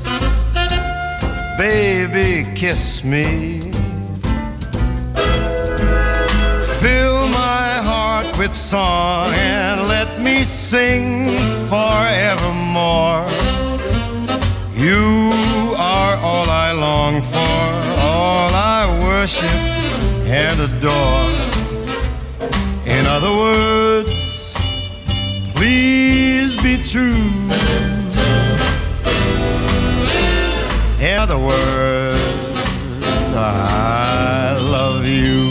S6: baby, kiss me. Fill my heart with song and let me sing forevermore. You are all I long for, all I worship and adore. In other words, please be true. In other words, I love you.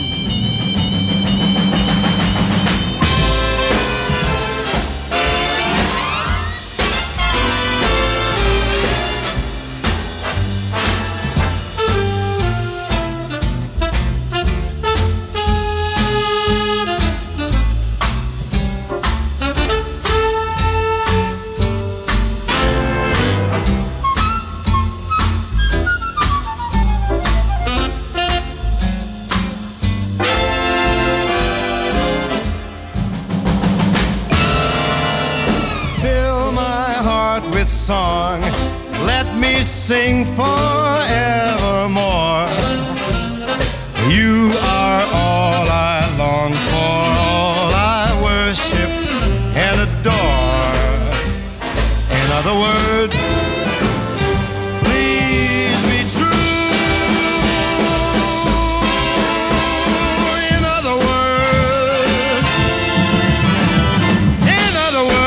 S6: Song, let me sing forevermore. You are all I long for, all I worship and adore. In other words, please be true. In other words, in other words,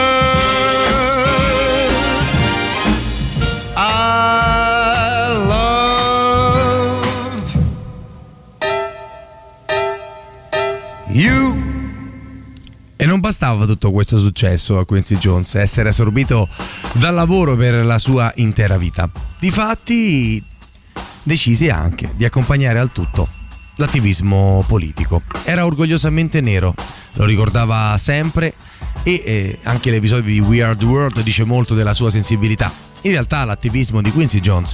S3: non bastava tutto questo successo a Quincy Jones, essere assorbito dal lavoro per la sua intera vita. Difatti decise anche di accompagnare al tutto l'attivismo politico. Era orgogliosamente nero, lo ricordava sempre, e anche l'episodio di We Are the World dice molto della sua sensibilità. In realtà l'attivismo di Quincy Jones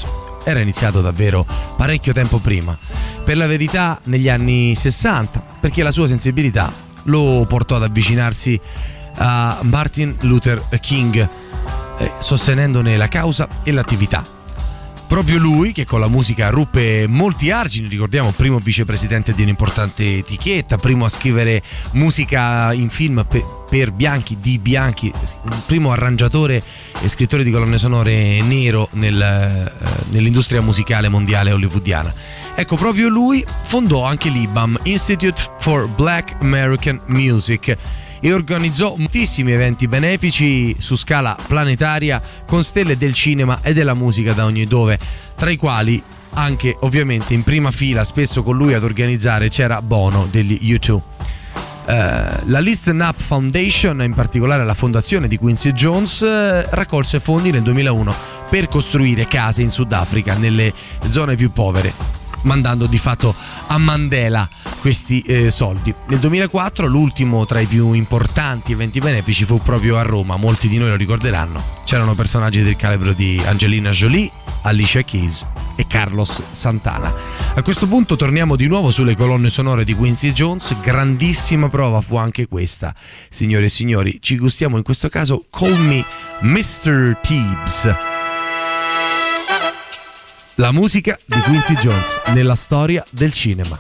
S3: era iniziato davvero parecchio tempo prima. Per la verità negli anni 60, perché la sua sensibilità lo portò ad avvicinarsi a Martin Luther King, sostenendone la causa e l'attività. Proprio lui, che con la musica ruppe molti argini, ricordiamo, primo vicepresidente di un'importante etichetta, primo a scrivere musica in film per bianchi, di bianchi, primo arrangiatore e scrittore di colonne sonore nero nell'industria musicale mondiale hollywoodiana. Ecco, proprio lui fondò anche l'IBAM, Institute for Black American Music, e organizzò moltissimi eventi benefici su scala planetaria con stelle del cinema e della musica da ogni dove, tra i quali anche ovviamente in prima fila, spesso con lui ad organizzare, c'era Bono degli U2. La Listen Up Foundation, in particolare la fondazione di Quincy Jones, raccolse fondi nel 2001 per costruire case in Sudafrica nelle zone più povere, mandando di fatto a Mandela questi soldi. Nel 2004 l'ultimo tra i più importanti eventi benefici fu proprio a Roma, molti di noi lo ricorderanno. C'erano personaggi del calibro di Angelina Jolie, Alicia Keys e Carlos Santana. A questo punto torniamo di nuovo sulle colonne sonore di Quincy Jones. Grandissima prova fu anche questa, signore e signori. Ci gustiamo in questo caso Call Me Mr. Tibbs. La musica di Quincy Jones nella storia del cinema.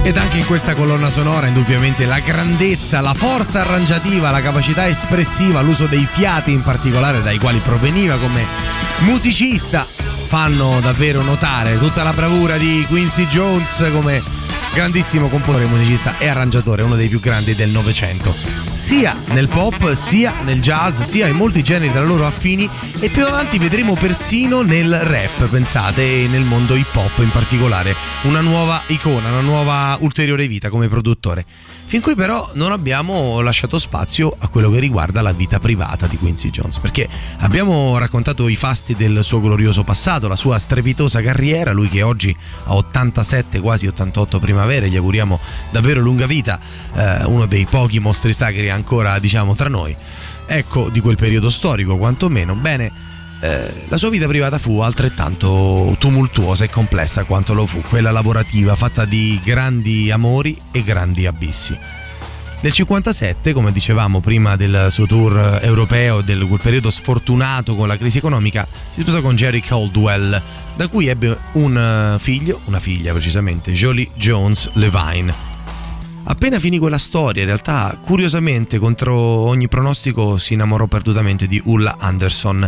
S3: Ed anche in questa colonna sonora indubbiamente la grandezza, la forza arrangiativa, la capacità espressiva, l'uso dei fiati in particolare dai quali proveniva come musicista fanno davvero notare tutta la bravura di Quincy Jones come grandissimo compositore, musicista e arrangiatore, uno dei più grandi del Novecento, sia nel pop, sia nel jazz, sia in molti generi tra loro affini, e più avanti vedremo persino nel rap, pensate, e nel mondo hip hop in particolare, una nuova icona, una nuova ulteriore vita come produttore. Fin qui però non abbiamo lasciato spazio a quello che riguarda la vita privata di Quincy Jones, perché abbiamo raccontato i fasti del suo glorioso passato, la sua strepitosa carriera, lui che oggi ha 87, quasi 88 primavere, gli auguriamo davvero lunga vita, uno dei pochi mostri sacri ancora, diciamo, tra noi, ecco, di quel periodo storico quantomeno. Bene, la sua vita privata fu altrettanto tumultuosa e complessa quanto lo fu quella lavorativa, fatta di grandi amori e grandi abissi. Nel 57, come dicevamo prima del suo tour europeo, del quel periodo sfortunato con la crisi economica, si sposò con Jerry Caldwell, da cui ebbe un figlio, una figlia precisamente, Jolie Jones Levine. Appena finì quella storia, in realtà, curiosamente, contro ogni pronostico, si innamorò perdutamente di Ulla Anderson,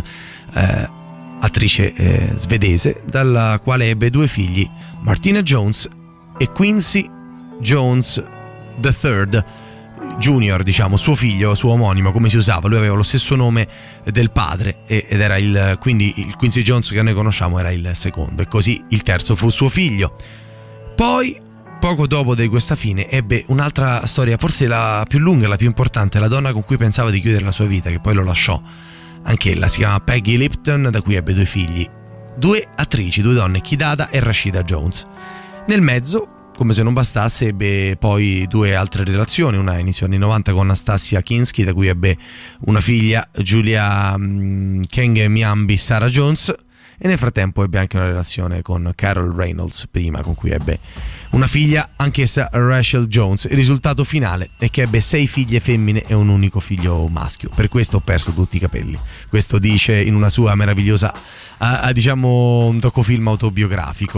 S3: attrice svedese, dalla quale ebbe due figli, Martina Jones e Quincy Jones III Junior, diciamo, suo figlio, suo omonimo, come si usava. Lui aveva lo stesso nome del padre ed era quindi il Quincy Jones che noi conosciamo era il secondo, e così il terzo fu suo figlio. Poi, poco dopo di questa fine, ebbe un'altra storia, forse la più lunga e la più importante, la donna con cui pensava di chiudere la sua vita, che poi lo lasciò. Anch'ella si chiama Peggy Lipton, da cui ebbe due figli, due attrici, due donne, Kidada e Rashida Jones. Nel mezzo, come se non bastasse, ebbe poi due altre relazioni, una inizio anni 90 con Anastasia Kinski, da cui ebbe una figlia, Julia Kenge-Miambi Sarah Jones, e nel frattempo ebbe anche una relazione con Carol Reynolds prima, con cui ebbe una figlia, anch'essa Rachel Jones. Il risultato finale è che ebbe 6 figlie femmine e un unico figlio maschio. Per questo ho perso tutti i capelli. Questo dice in una sua meravigliosa diciamo un docufilm autobiografico.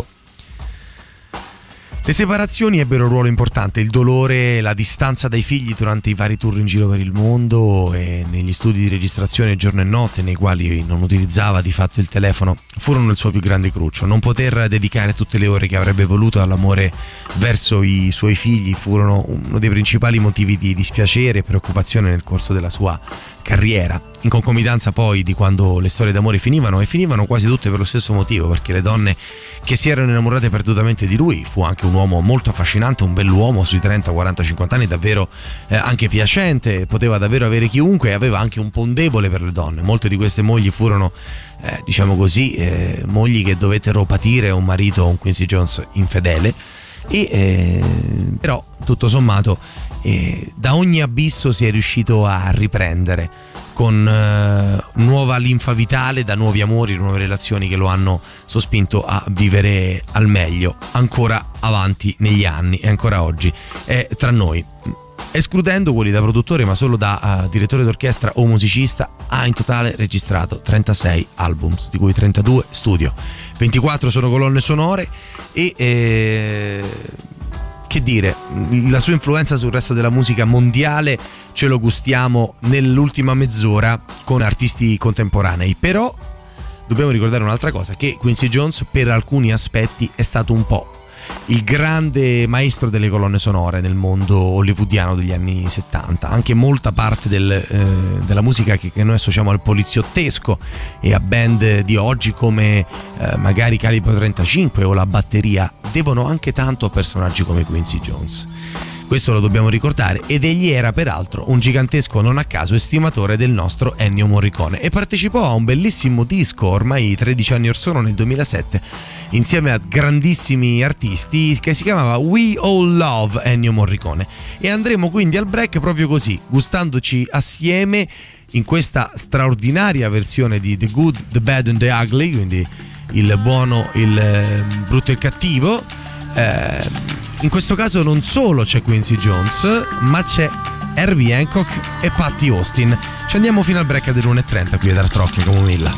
S3: Le separazioni ebbero un ruolo importante, il dolore, la distanza dai figli durante i vari tour in giro per il mondo e negli studi di registrazione giorno e notte, nei quali non utilizzava di fatto il telefono, furono il suo più grande cruccio. Non poter dedicare tutte le ore che avrebbe voluto all'amore verso i suoi figli furono uno dei principali motivi di dispiacere e preoccupazione nel corso della sua carriera, in concomitanza poi di quando le storie d'amore finivano, e finivano quasi tutte per lo stesso motivo, perché le donne che si erano innamorate perdutamente di lui, fu anche un uomo molto affascinante, un bell'uomo sui 30, 40, 50 anni, davvero anche piacente, poteva davvero avere chiunque, e aveva anche un po' un debole per le donne. Molte di queste mogli furono diciamo così mogli che dovettero patire un marito, un Quincy Jones infedele, e però tutto sommato da ogni abisso si è riuscito a riprendere con nuova linfa vitale, da nuovi amori, nuove relazioni che lo hanno sospinto a vivere al meglio ancora avanti negli anni, e ancora oggi è tra noi. Escludendo quelli da produttore, ma solo da direttore d'orchestra o musicista, ha in totale registrato 36 album, di cui 32 studio, 24 sono colonne sonore, e che dire, la sua influenza sul resto della musica mondiale ce lo gustiamo nell'ultima mezz'ora con artisti contemporanei. Però dobbiamo ricordare un'altra cosa, che Quincy Jones per alcuni aspetti è stato un po' il grande maestro delle colonne sonore nel mondo hollywoodiano degli anni 70. Anche molta parte della musica che noi associamo al poliziottesco e a band di oggi come magari Calibro 35 o la batteria devono anche tanto a personaggi come Quincy Jones. Questo lo dobbiamo ricordare, ed egli era peraltro un gigantesco, non a caso, estimatore del nostro Ennio Morricone, e partecipò a un bellissimo disco ormai 13 anni or sono, nel 2007, insieme a grandissimi artisti, che si chiamava We All Love Ennio Morricone. E andremo quindi al break proprio così, gustandoci assieme in questa straordinaria versione di The Good, The Bad and The Ugly, quindi il buono, il brutto e il cattivo. In questo caso non solo c'è Quincy Jones, ma c'è Herbie Hancock e Patti Austin. Ci andiamo fino al break delle 1:30 qui ad Art Rock come Camomilla.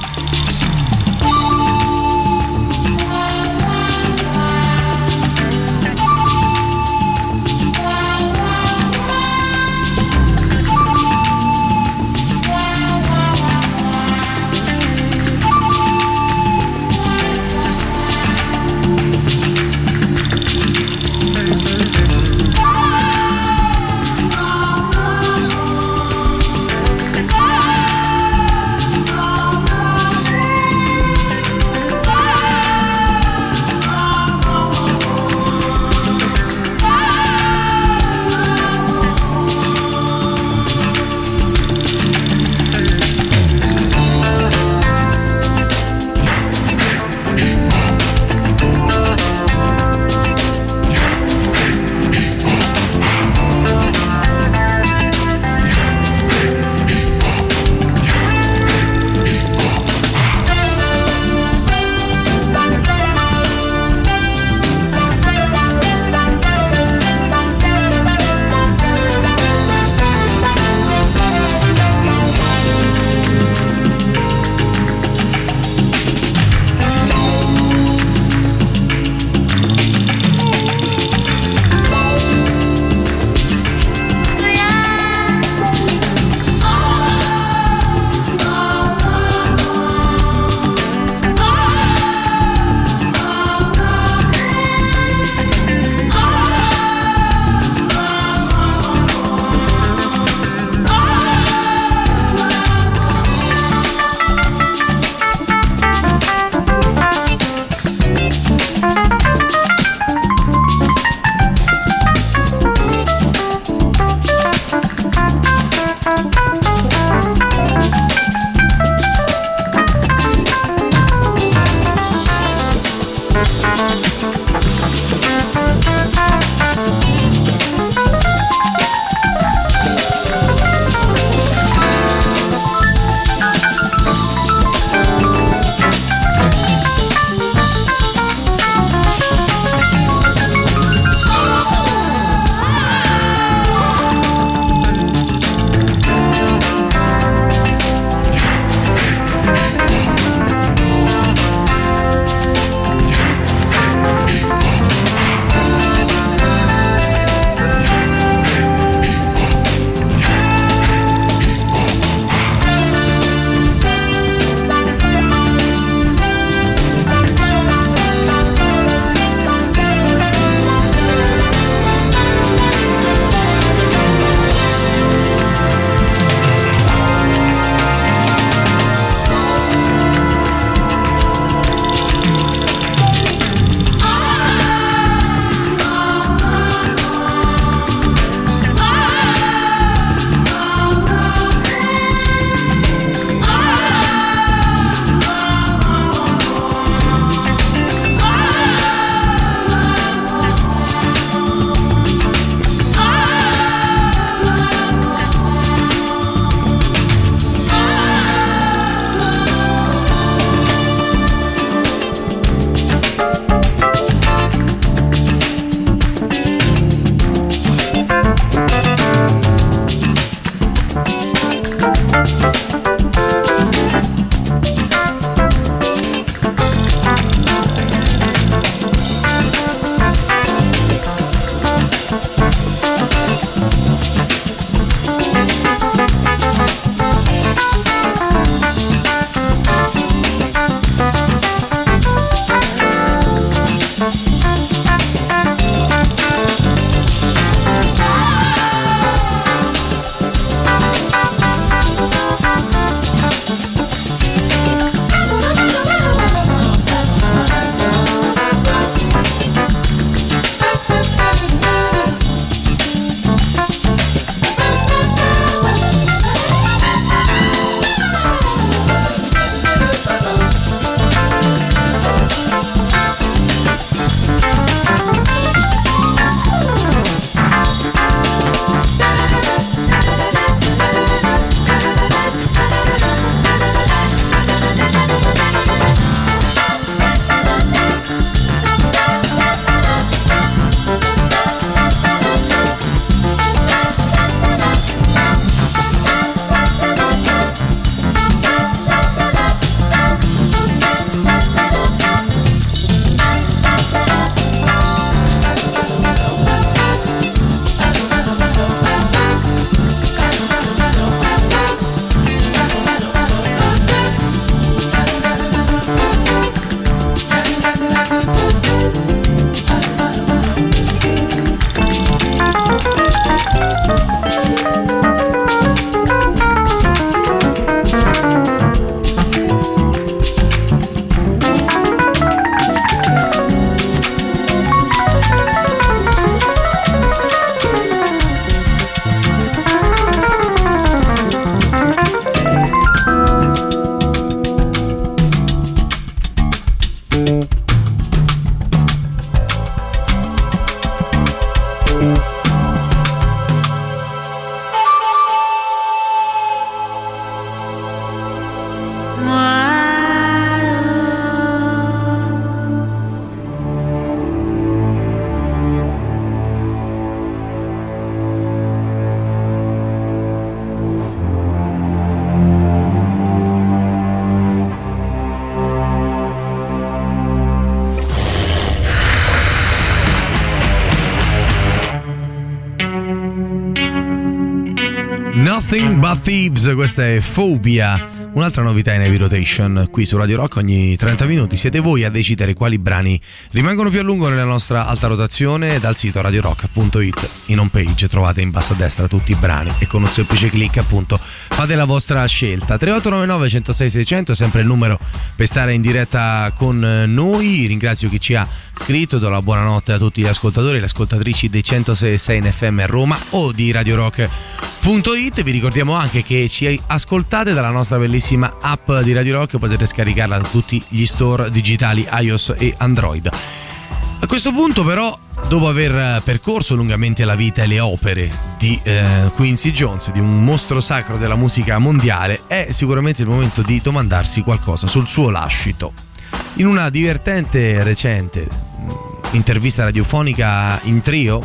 S3: Nothing But Thieves, questa è Phobia. Un'altra novità in Heavy Rotation qui su Radio Rock: ogni 30 minuti siete voi a decidere quali brani rimangono più a lungo nella nostra alta rotazione. Dal sito radiorock.it in home page trovate in basso a destra tutti i brani e con un semplice click appunto fate la vostra scelta. 3899 106 600 è sempre il numero per stare in diretta con noi. Ringrazio chi ci ha scritto, do la buonanotte a tutti gli ascoltatori e le ascoltatrici dei 106 in FM a Roma o di radiorock.it. Vi ricordiamo anche che ci ascoltate dalla nostra bellissima app di Radio Rock, potete scaricarla da tutti gli store digitali iOS e Android. A questo punto però, dopo aver percorso lungamente la vita e le opere di Quincy Jones, di un mostro sacro della musica mondiale, è sicuramente il momento di domandarsi qualcosa sul suo lascito. In una divertente recente intervista radiofonica in trio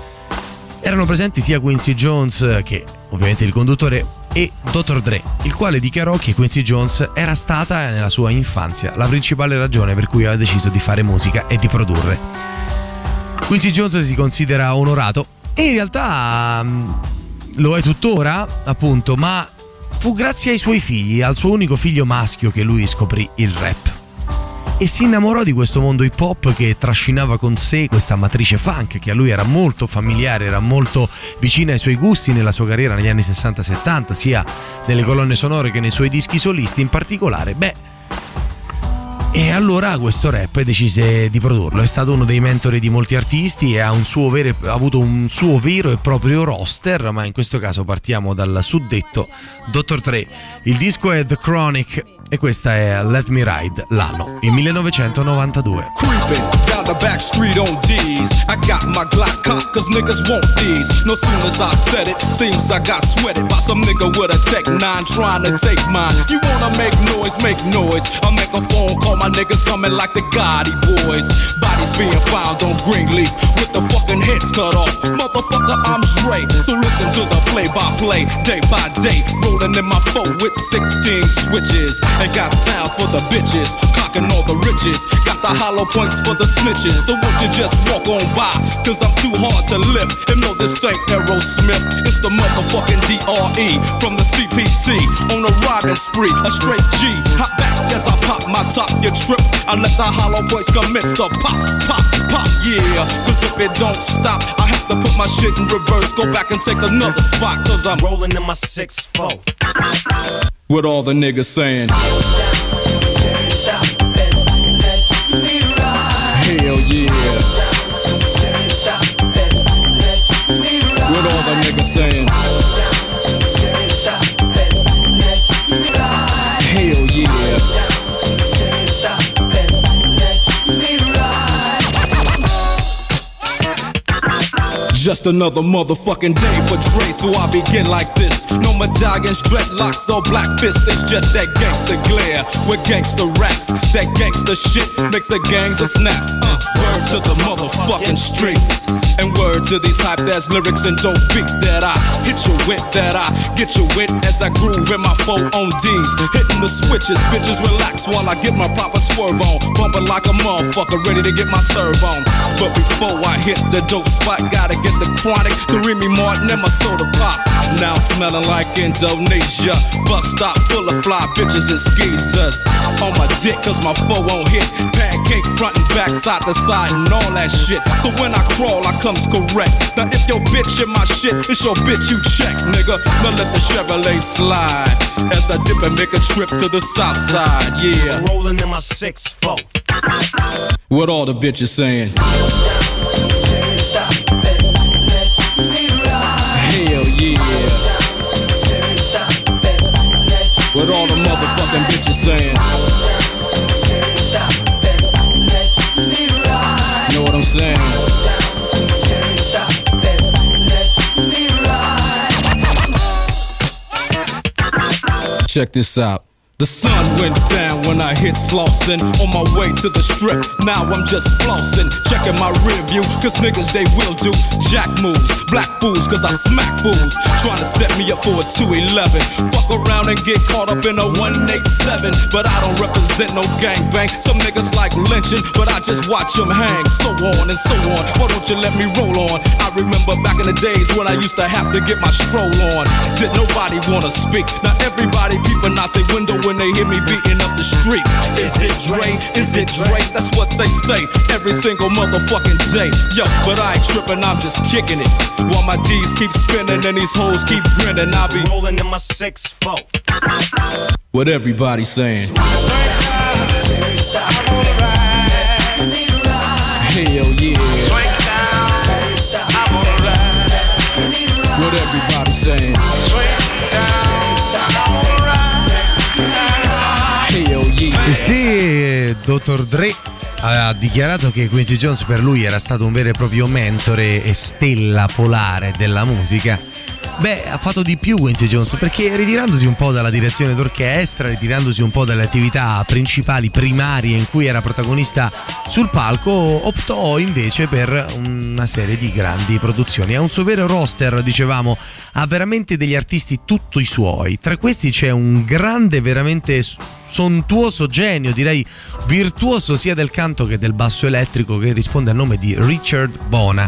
S3: erano presenti sia Quincy Jones che ovviamente il conduttore e Dr. Dre, il quale dichiarò che Quincy Jones era stata nella sua infanzia la principale ragione per cui aveva deciso di fare musica e di produrre. Quincy Jones si considera onorato e in realtà lo è tuttora, appunto, ma fu grazie ai suoi figli, al suo unico figlio maschio, che lui scoprì il rap e si innamorò di questo mondo hip hop che trascinava con sé questa matrice funk che a lui era molto familiare, era molto vicina ai suoi gusti nella sua carriera negli anni 60-70, sia nelle colonne sonore che nei suoi dischi solisti in particolare. E allora questo rap decise di produrlo. È stato uno dei mentori di molti artisti e ha avuto un suo vero e proprio roster, ma in questo caso partiamo dal suddetto Dr. Dre. Il disco è The Chronic e questa è Let Me Ride, l'anno, il 1992.
S7: Creeping down the back street on D's. I got my Glock cocked cause niggas want these. No soon as I said it, seems I got sweated by some nigga with a Tech 9 trying to take mine. You wanna make noise, make noise. I'll make a phone call, my niggas coming like the Gotti boys. Bodies being found on Greenleaf with the fucking heads cut off. Motherfucker, I'm Dre, so listen to the play-by-play, day by day. Rolling in my 4 with 16 switches. And got sounds for the bitches, clocking all the riches. Got the hollow points for the snitches. So won't you just walk on by, cause I'm too hard to lift. And no, this ain't Aerosmith, it's the motherfucking DRE from the CPT. On a riding spree, a straight G. Hop back as I pop my top, you trip. I let the hollow points commence to pop, pop, pop, yeah. Cause if it don't stop, I have to put my shit in reverse. Go back and take another spot, cause I'm rolling in my 6-4. What all the niggas saying? Hell yeah. What all the niggas saying? Hell yeah. Just another motherfucking day for Dre, so I begin like this. No medallions, dreadlocks, or black fists. It's just that gangster glare with gangster raps. That gangster shit makes the gangs of snaps. Word to the motherfucking streets. And word to these hype-ass lyrics and dope beats that I hit you with, that I get you with as I groove in my 4 on D's. Hitting the switches, bitches relax while I get my proper swerve on. Bumping like a motherfucker, ready to get my serve on. But before I hit the dope spot, gotta get the chronic, the Remy Martin and my soda pop. Now I'm smelling like Indonesia. Bus stop full of fly bitches and skeezers. On my dick cause my 4 on hit. Pancake front and back, side to side and all that shit. So when I crawl I comes correct. Now if your bitch in my shit, it's your bitch you check, nigga. Now let the Chevrolet slide as I dip and make a trip to the south side, yeah.
S1: Rolling in my 6-4.
S7: What all the bitches saying? Hell yeah. What all the motherfucking bitches saying? check this out. The sun went down when I hit Slauson. On my way to the strip, now I'm just flossing. Checking my rear view, cause niggas they will do jack moves. Black fools, cause I smack fools. Trying to set me up for a 211. Fuck around and get caught up in a 187. But I don't represent no gangbang. Some niggas like lynching, but I just watch them hang. So on and so on, why don't you let me roll on? I remember back in the days when I used to have to get my stroll on. Did nobody wanna speak? Now everybody peeping out their window when they hear me beating up the street. Is it Dre? Is it Dre? That's what they say every single motherfucking day. Yo, but I ain't tripping, I'm just kicking it. While my D's keep spinning and these hoes keep grinning, I'll be rolling in my 6-4. What everybody saying? Hell yeah. What everybody saying?
S3: Sì, Dr. Dre ha dichiarato che Quincy Jones per lui era stato un vero e proprio mentore e stella polare della musica. Beh, ha fatto di più Quincy Jones, perché ritirandosi un po' dalla direzione d'orchestra, ritirandosi un po' dalle attività principali, primarie in cui era protagonista sul palco, optò invece per una serie di grandi produzioni. Ha un suo vero roster, dicevamo, ha veramente degli artisti tutto i suoi. Tra questi c'è un grande, veramente sontuoso genio, direi virtuoso sia del canto che del basso elettrico, che risponde al nome di Richard Bona,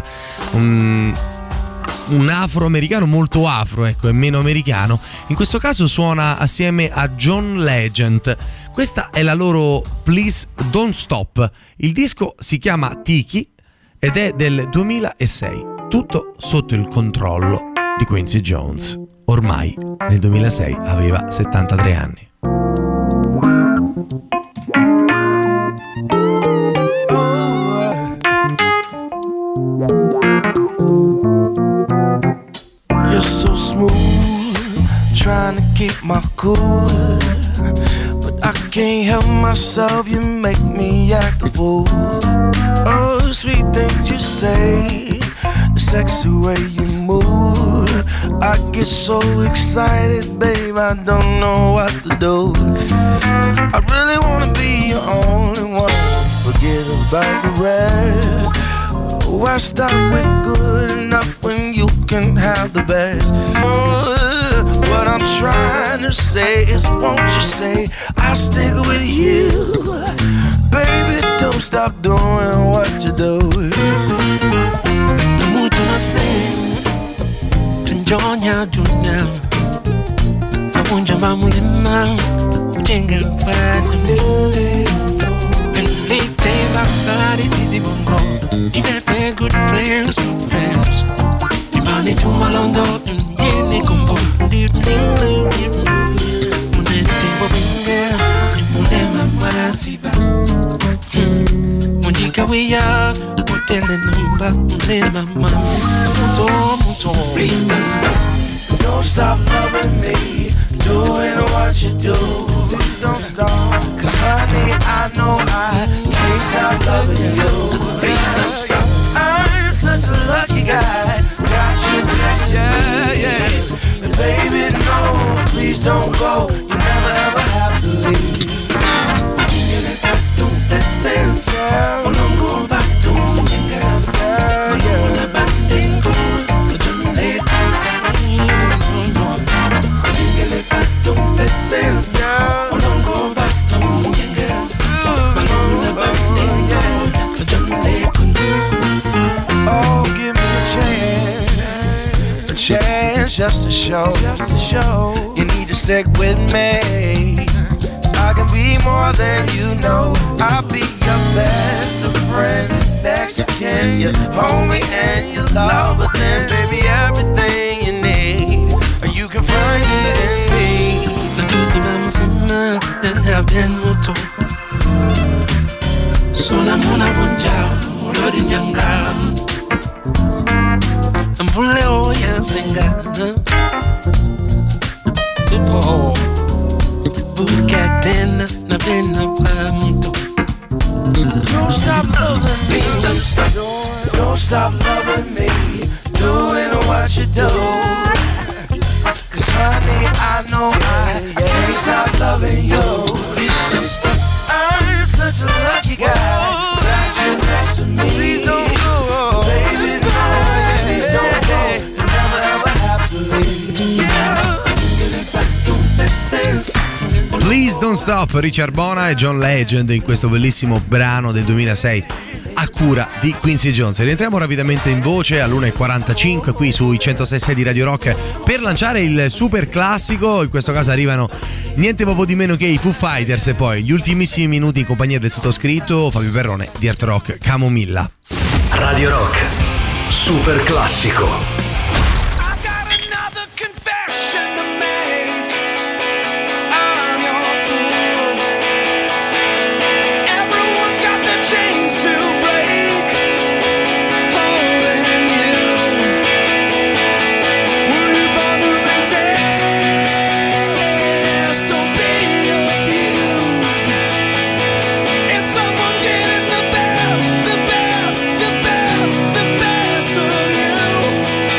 S3: un afroamericano molto afro, ecco, e meno americano. In questo caso suona assieme a John Legend. Questa è la loro Please Don't Stop. Il disco si chiama Tiki ed è del 2006. Tutto sotto il controllo di Quincy Jones. Ormai nel 2006 aveva 73 anni.
S8: You're so smooth, trying to keep my cool, but I can't help myself, you make me act a fool. Oh, sweet things you say, the sexy way you move, I get so excited, babe, I don't know what to do. I really wanna be your only one, forget about the rest. Why stop with good enough when you can have the best? What I'm trying to say is, won't you stay? I'll stick with you, baby. Don't stop doing what you do.
S9: Mucho no sé, tunjonya dunya, amunja mamulima, ujenga lufani. And they take my body, easy bongo. You got very good friends, good friends. You money to my londo, yeah, they come home. Munete bobinga, mulema marasiba. Mundika weya, mutele numba, mulema mama. Muto.
S8: Please don't stop, don't stop loving me, doing what you do. Please don't stop, cause honey, I know I can't stop loving you. Please don't stop, I'm such a lucky guy, got you next to me. Yeah. And baby, no, please don't go, you never ever have to leave. Oh, give me a chance just to show. You need to stick with me. I can be more than you know. I'll be your best of friend. Next you can, you hold me and you love. But then, baby, everything you need, you can find it in me.
S9: The gusto vamos a then have been muto. Sola mona bonja, lori nyanga. Ambule oya senga. Oh. Bukatena na bena pa muto.
S8: Don't stop loving me. Please don't stop. Don't stop loving me. Doing what you do. Cause honey, I know I can't stop stop loving you. Please don't stop. I'm such a lucky guy that you're next to me. Please don't go, baby, no. Please don't go. You never ever have to leave.
S3: Please Don't Stop, Richard Bona e John Legend in questo bellissimo brano del 2006 a cura di Quincy Jones. Rientriamo rapidamente in voce all'1:45 qui sui 106.6 di Radio Rock per lanciare il super classico. In questo caso arrivano niente proprio di meno che i Foo Fighters e poi gli ultimissimi minuti in compagnia del sottoscritto Fabio Perrone di Art Rock Camomilla.
S1: Radio Rock, super classico.
S8: The best of you.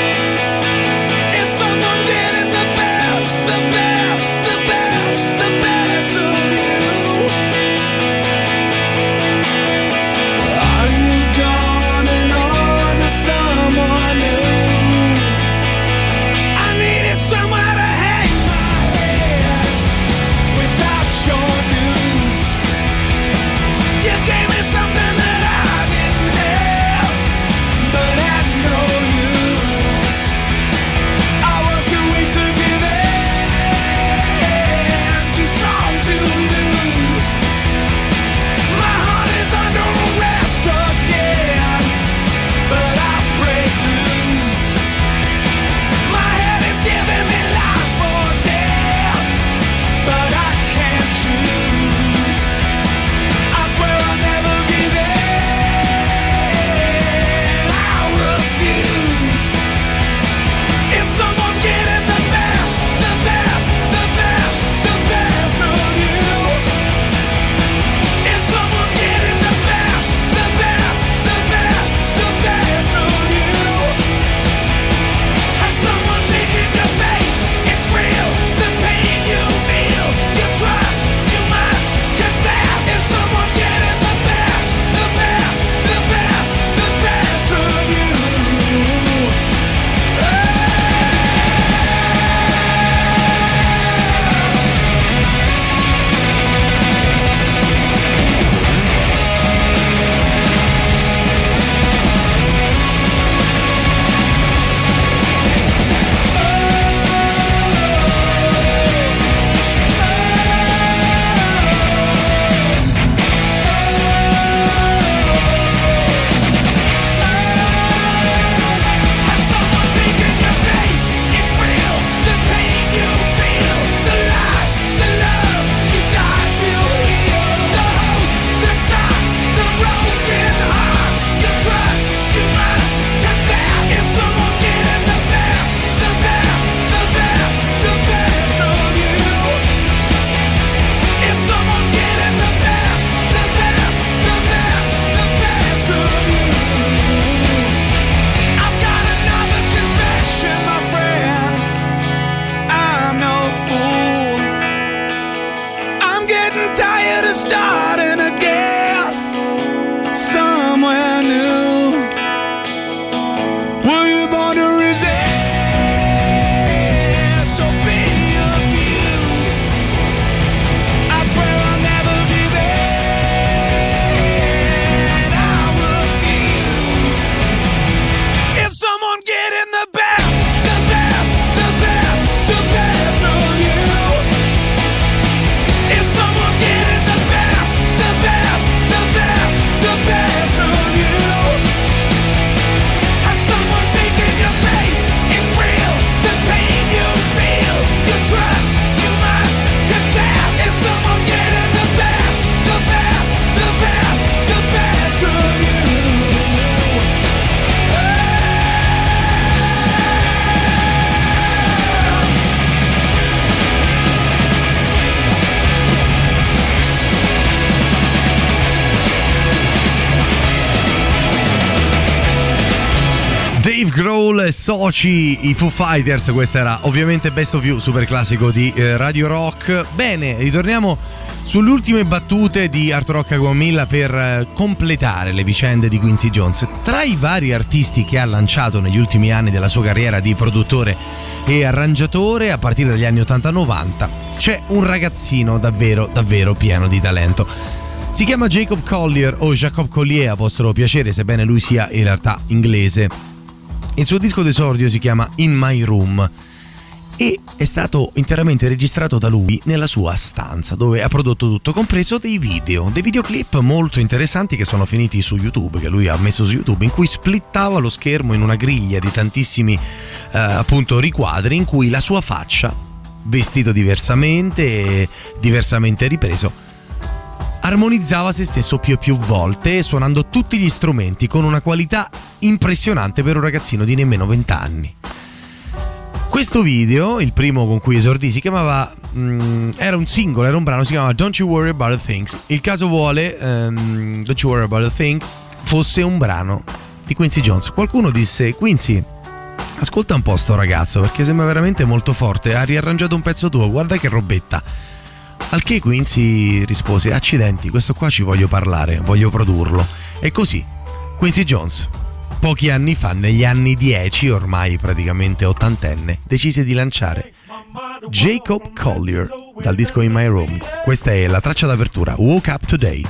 S3: Dave Grohl e soci, i Foo Fighters. Questa era ovviamente Best of You, super classico di Radio Rock. Bene, ritorniamo sulle ultime battute di Art Rock a Guamilla per completare le vicende di Quincy Jones. Tra i vari artisti che ha lanciato negli ultimi anni della sua carriera di produttore e arrangiatore, a partire dagli anni 80-90, c'è un ragazzino davvero pieno di talento. Si chiama Jacob Collier o Jacob Collier a vostro piacere, sebbene lui sia in realtà inglese. Il suo disco d'esordio si chiama In My Room e è stato interamente registrato da lui nella sua stanza, dove ha prodotto tutto, compreso dei videoclip molto interessanti che sono finiti su YouTube, che lui ha messo su YouTube, in cui splittava lo schermo in una griglia di tantissimi appunto riquadri in cui la sua faccia, vestito diversamente e diversamente ripreso, armonizzava se stesso più e più volte, suonando tutti gli strumenti con una qualità impressionante per un ragazzino di nemmeno 20 anni. Questo video, il primo con cui esordì, si chiamava era un singolo, era un brano, si chiamava Don't You Worry About a Thing. Il caso vuole Don't You Worry About a Thing fosse un brano di Quincy Jones. Qualcuno disse: Quincy, ascolta un po' sto ragazzo, perché sembra veramente molto forte, ha riarrangiato un pezzo tuo, guarda che robetta. Al che Quincy rispose: accidenti, questo qua ci voglio parlare, voglio produrlo. E così Quincy Jones, pochi anni fa, negli anni 10, ormai praticamente ottantenne, decise di lanciare Jacob Collier dal disco In My Room. Questa è la traccia d'apertura, Woke Up Today.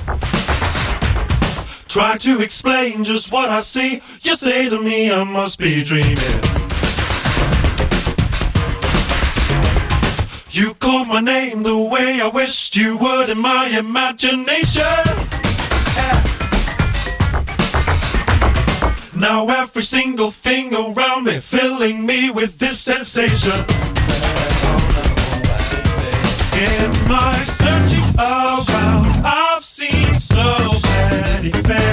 S10: Try to explain just what I see. You say to me I must be dreaming. You call my name the way I wished you would in my imagination. Now every single thing around me filling me with this sensation. In my searching around, I've seen so many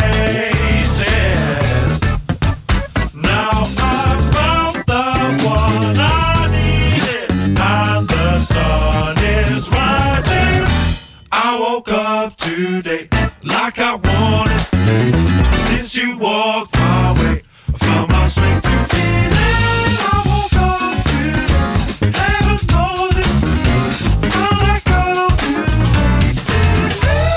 S10: faces. Now I've found the one I needed, and the sun is rising. I woke up today like I wanted. Since you walked my way, I found my strength to feel it. I woke up today, heaven knows it. Found that girl who makes me say.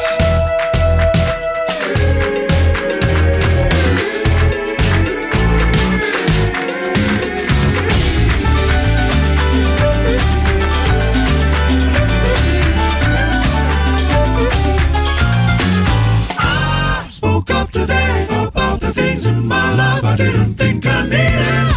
S10: Spoke up today about the things in my life I didn't think I needed.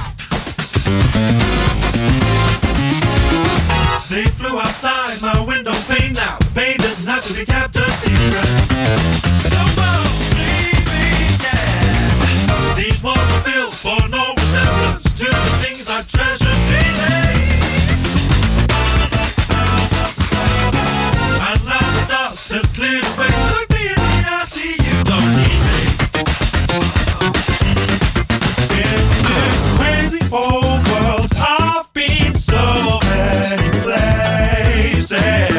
S10: They flew outside my window pane now. Pain doesn't have to be kept a secret. Come on, baby, yeah. These walls are built for no resemblance to the things I treasure daily. And now the dust has cleared away. Look me in the eye, I see you don't need me. In this crazy old world, I've been so many places.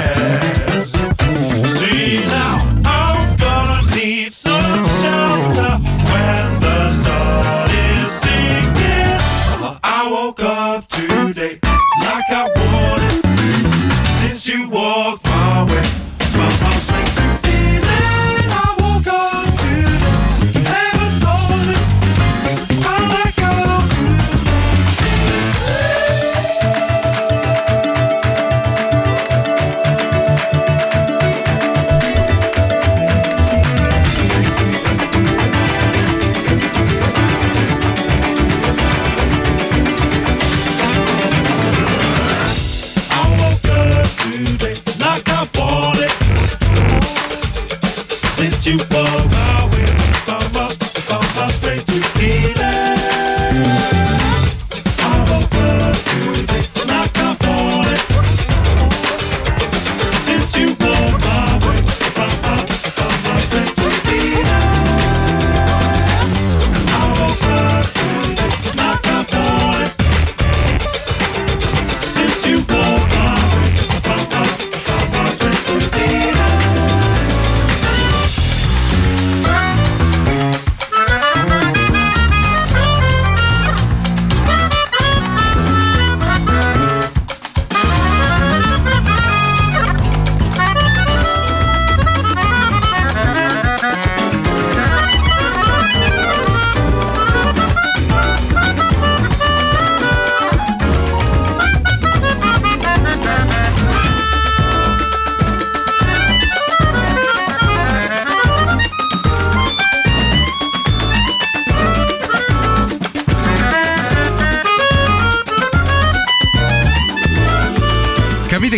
S10: See now, I'm gonna need some shelter when the sun is sinking. I woke up today like I wanted. Since you walked my way, found my strength to feel it. I woke up today, heaven knows it. Found that girl who makes me say. I woke up today like I wanted. Since you walked my way, found my strength to feel it. I woke up today like I wanted. Since you walked my way, found my strength to feel it. I woke up today like I wanted. Since you walked my way, found my strength to feel it.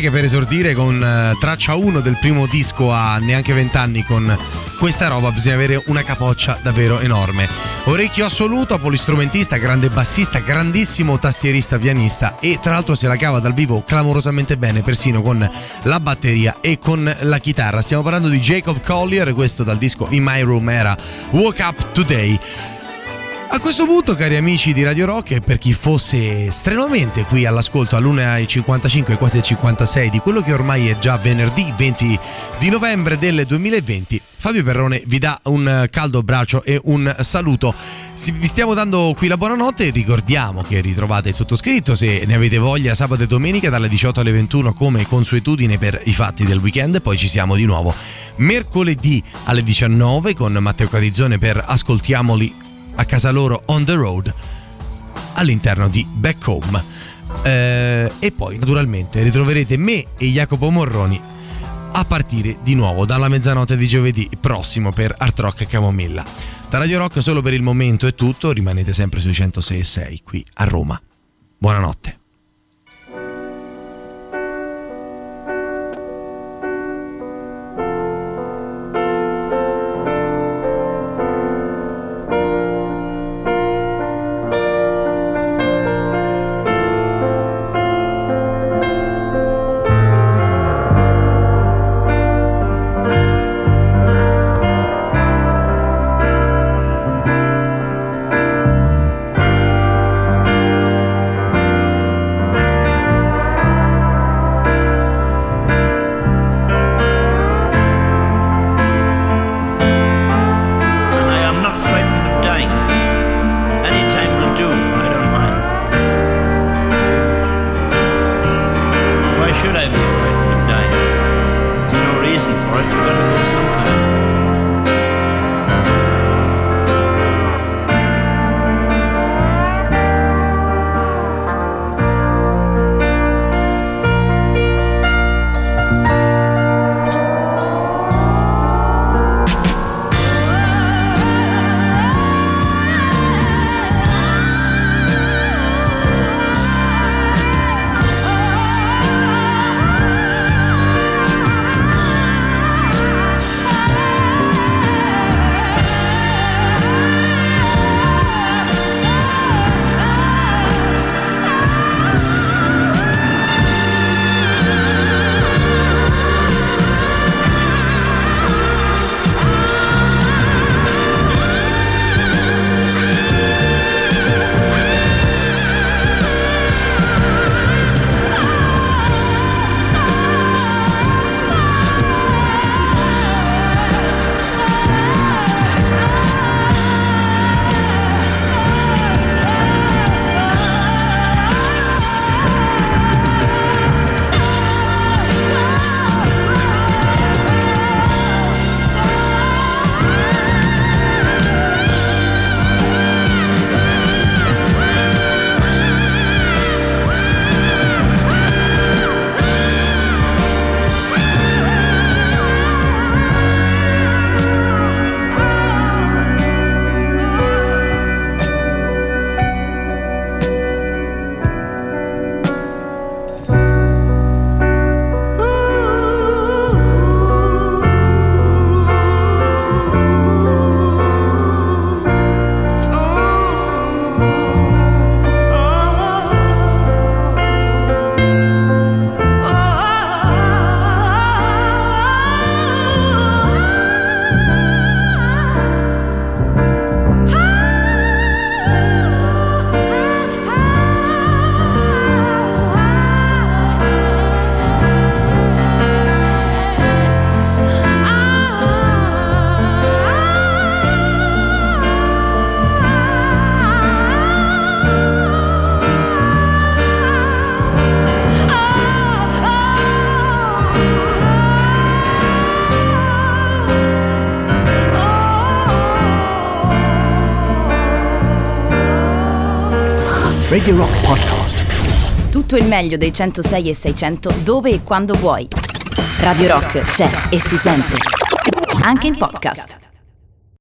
S3: che per esordire con traccia 1 del primo disco a neanche 20 anni con questa roba bisogna avere una capoccia davvero enorme. Orecchio assoluto, polistrumentista, grande bassista, grandissimo tastierista, pianista e tra l'altro se la cava dal vivo clamorosamente bene, persino con la batteria e con la chitarra. Stiamo parlando di Jacob Collier, questo dal disco In My Room era Woke Up Today. A questo punto, cari amici di Radio Rock, e per chi fosse strenuamente qui all'ascolto all'1:55, quasi 56 di quello che ormai è già venerdì 20 di novembre del 2020, Fabio Perrone vi dà un caldo abbraccio e un saluto. Vi stiamo dando qui la buonanotte, ricordiamo che ritrovate il sottoscritto se ne avete voglia sabato e domenica dalle 18 alle 21 come consuetudine per i fatti del weekend, poi ci siamo di nuovo mercoledì alle 19 con Matteo Catizzone per Ascoltiamoli a casa loro on the road all'interno di Back Home, e poi naturalmente ritroverete me e Jacopo Morroni a partire di nuovo dalla mezzanotte di giovedì prossimo per Art Rock Camomilla. Da Radio Rock solo per il momento è tutto, rimanete sempre sui 106.6 qui a Roma. Buonanotte.
S2: Radio Rock Podcast. Tutto il meglio dei 106 e 600 dove e quando vuoi. Radio Rock c'è e si sente. Anche in podcast.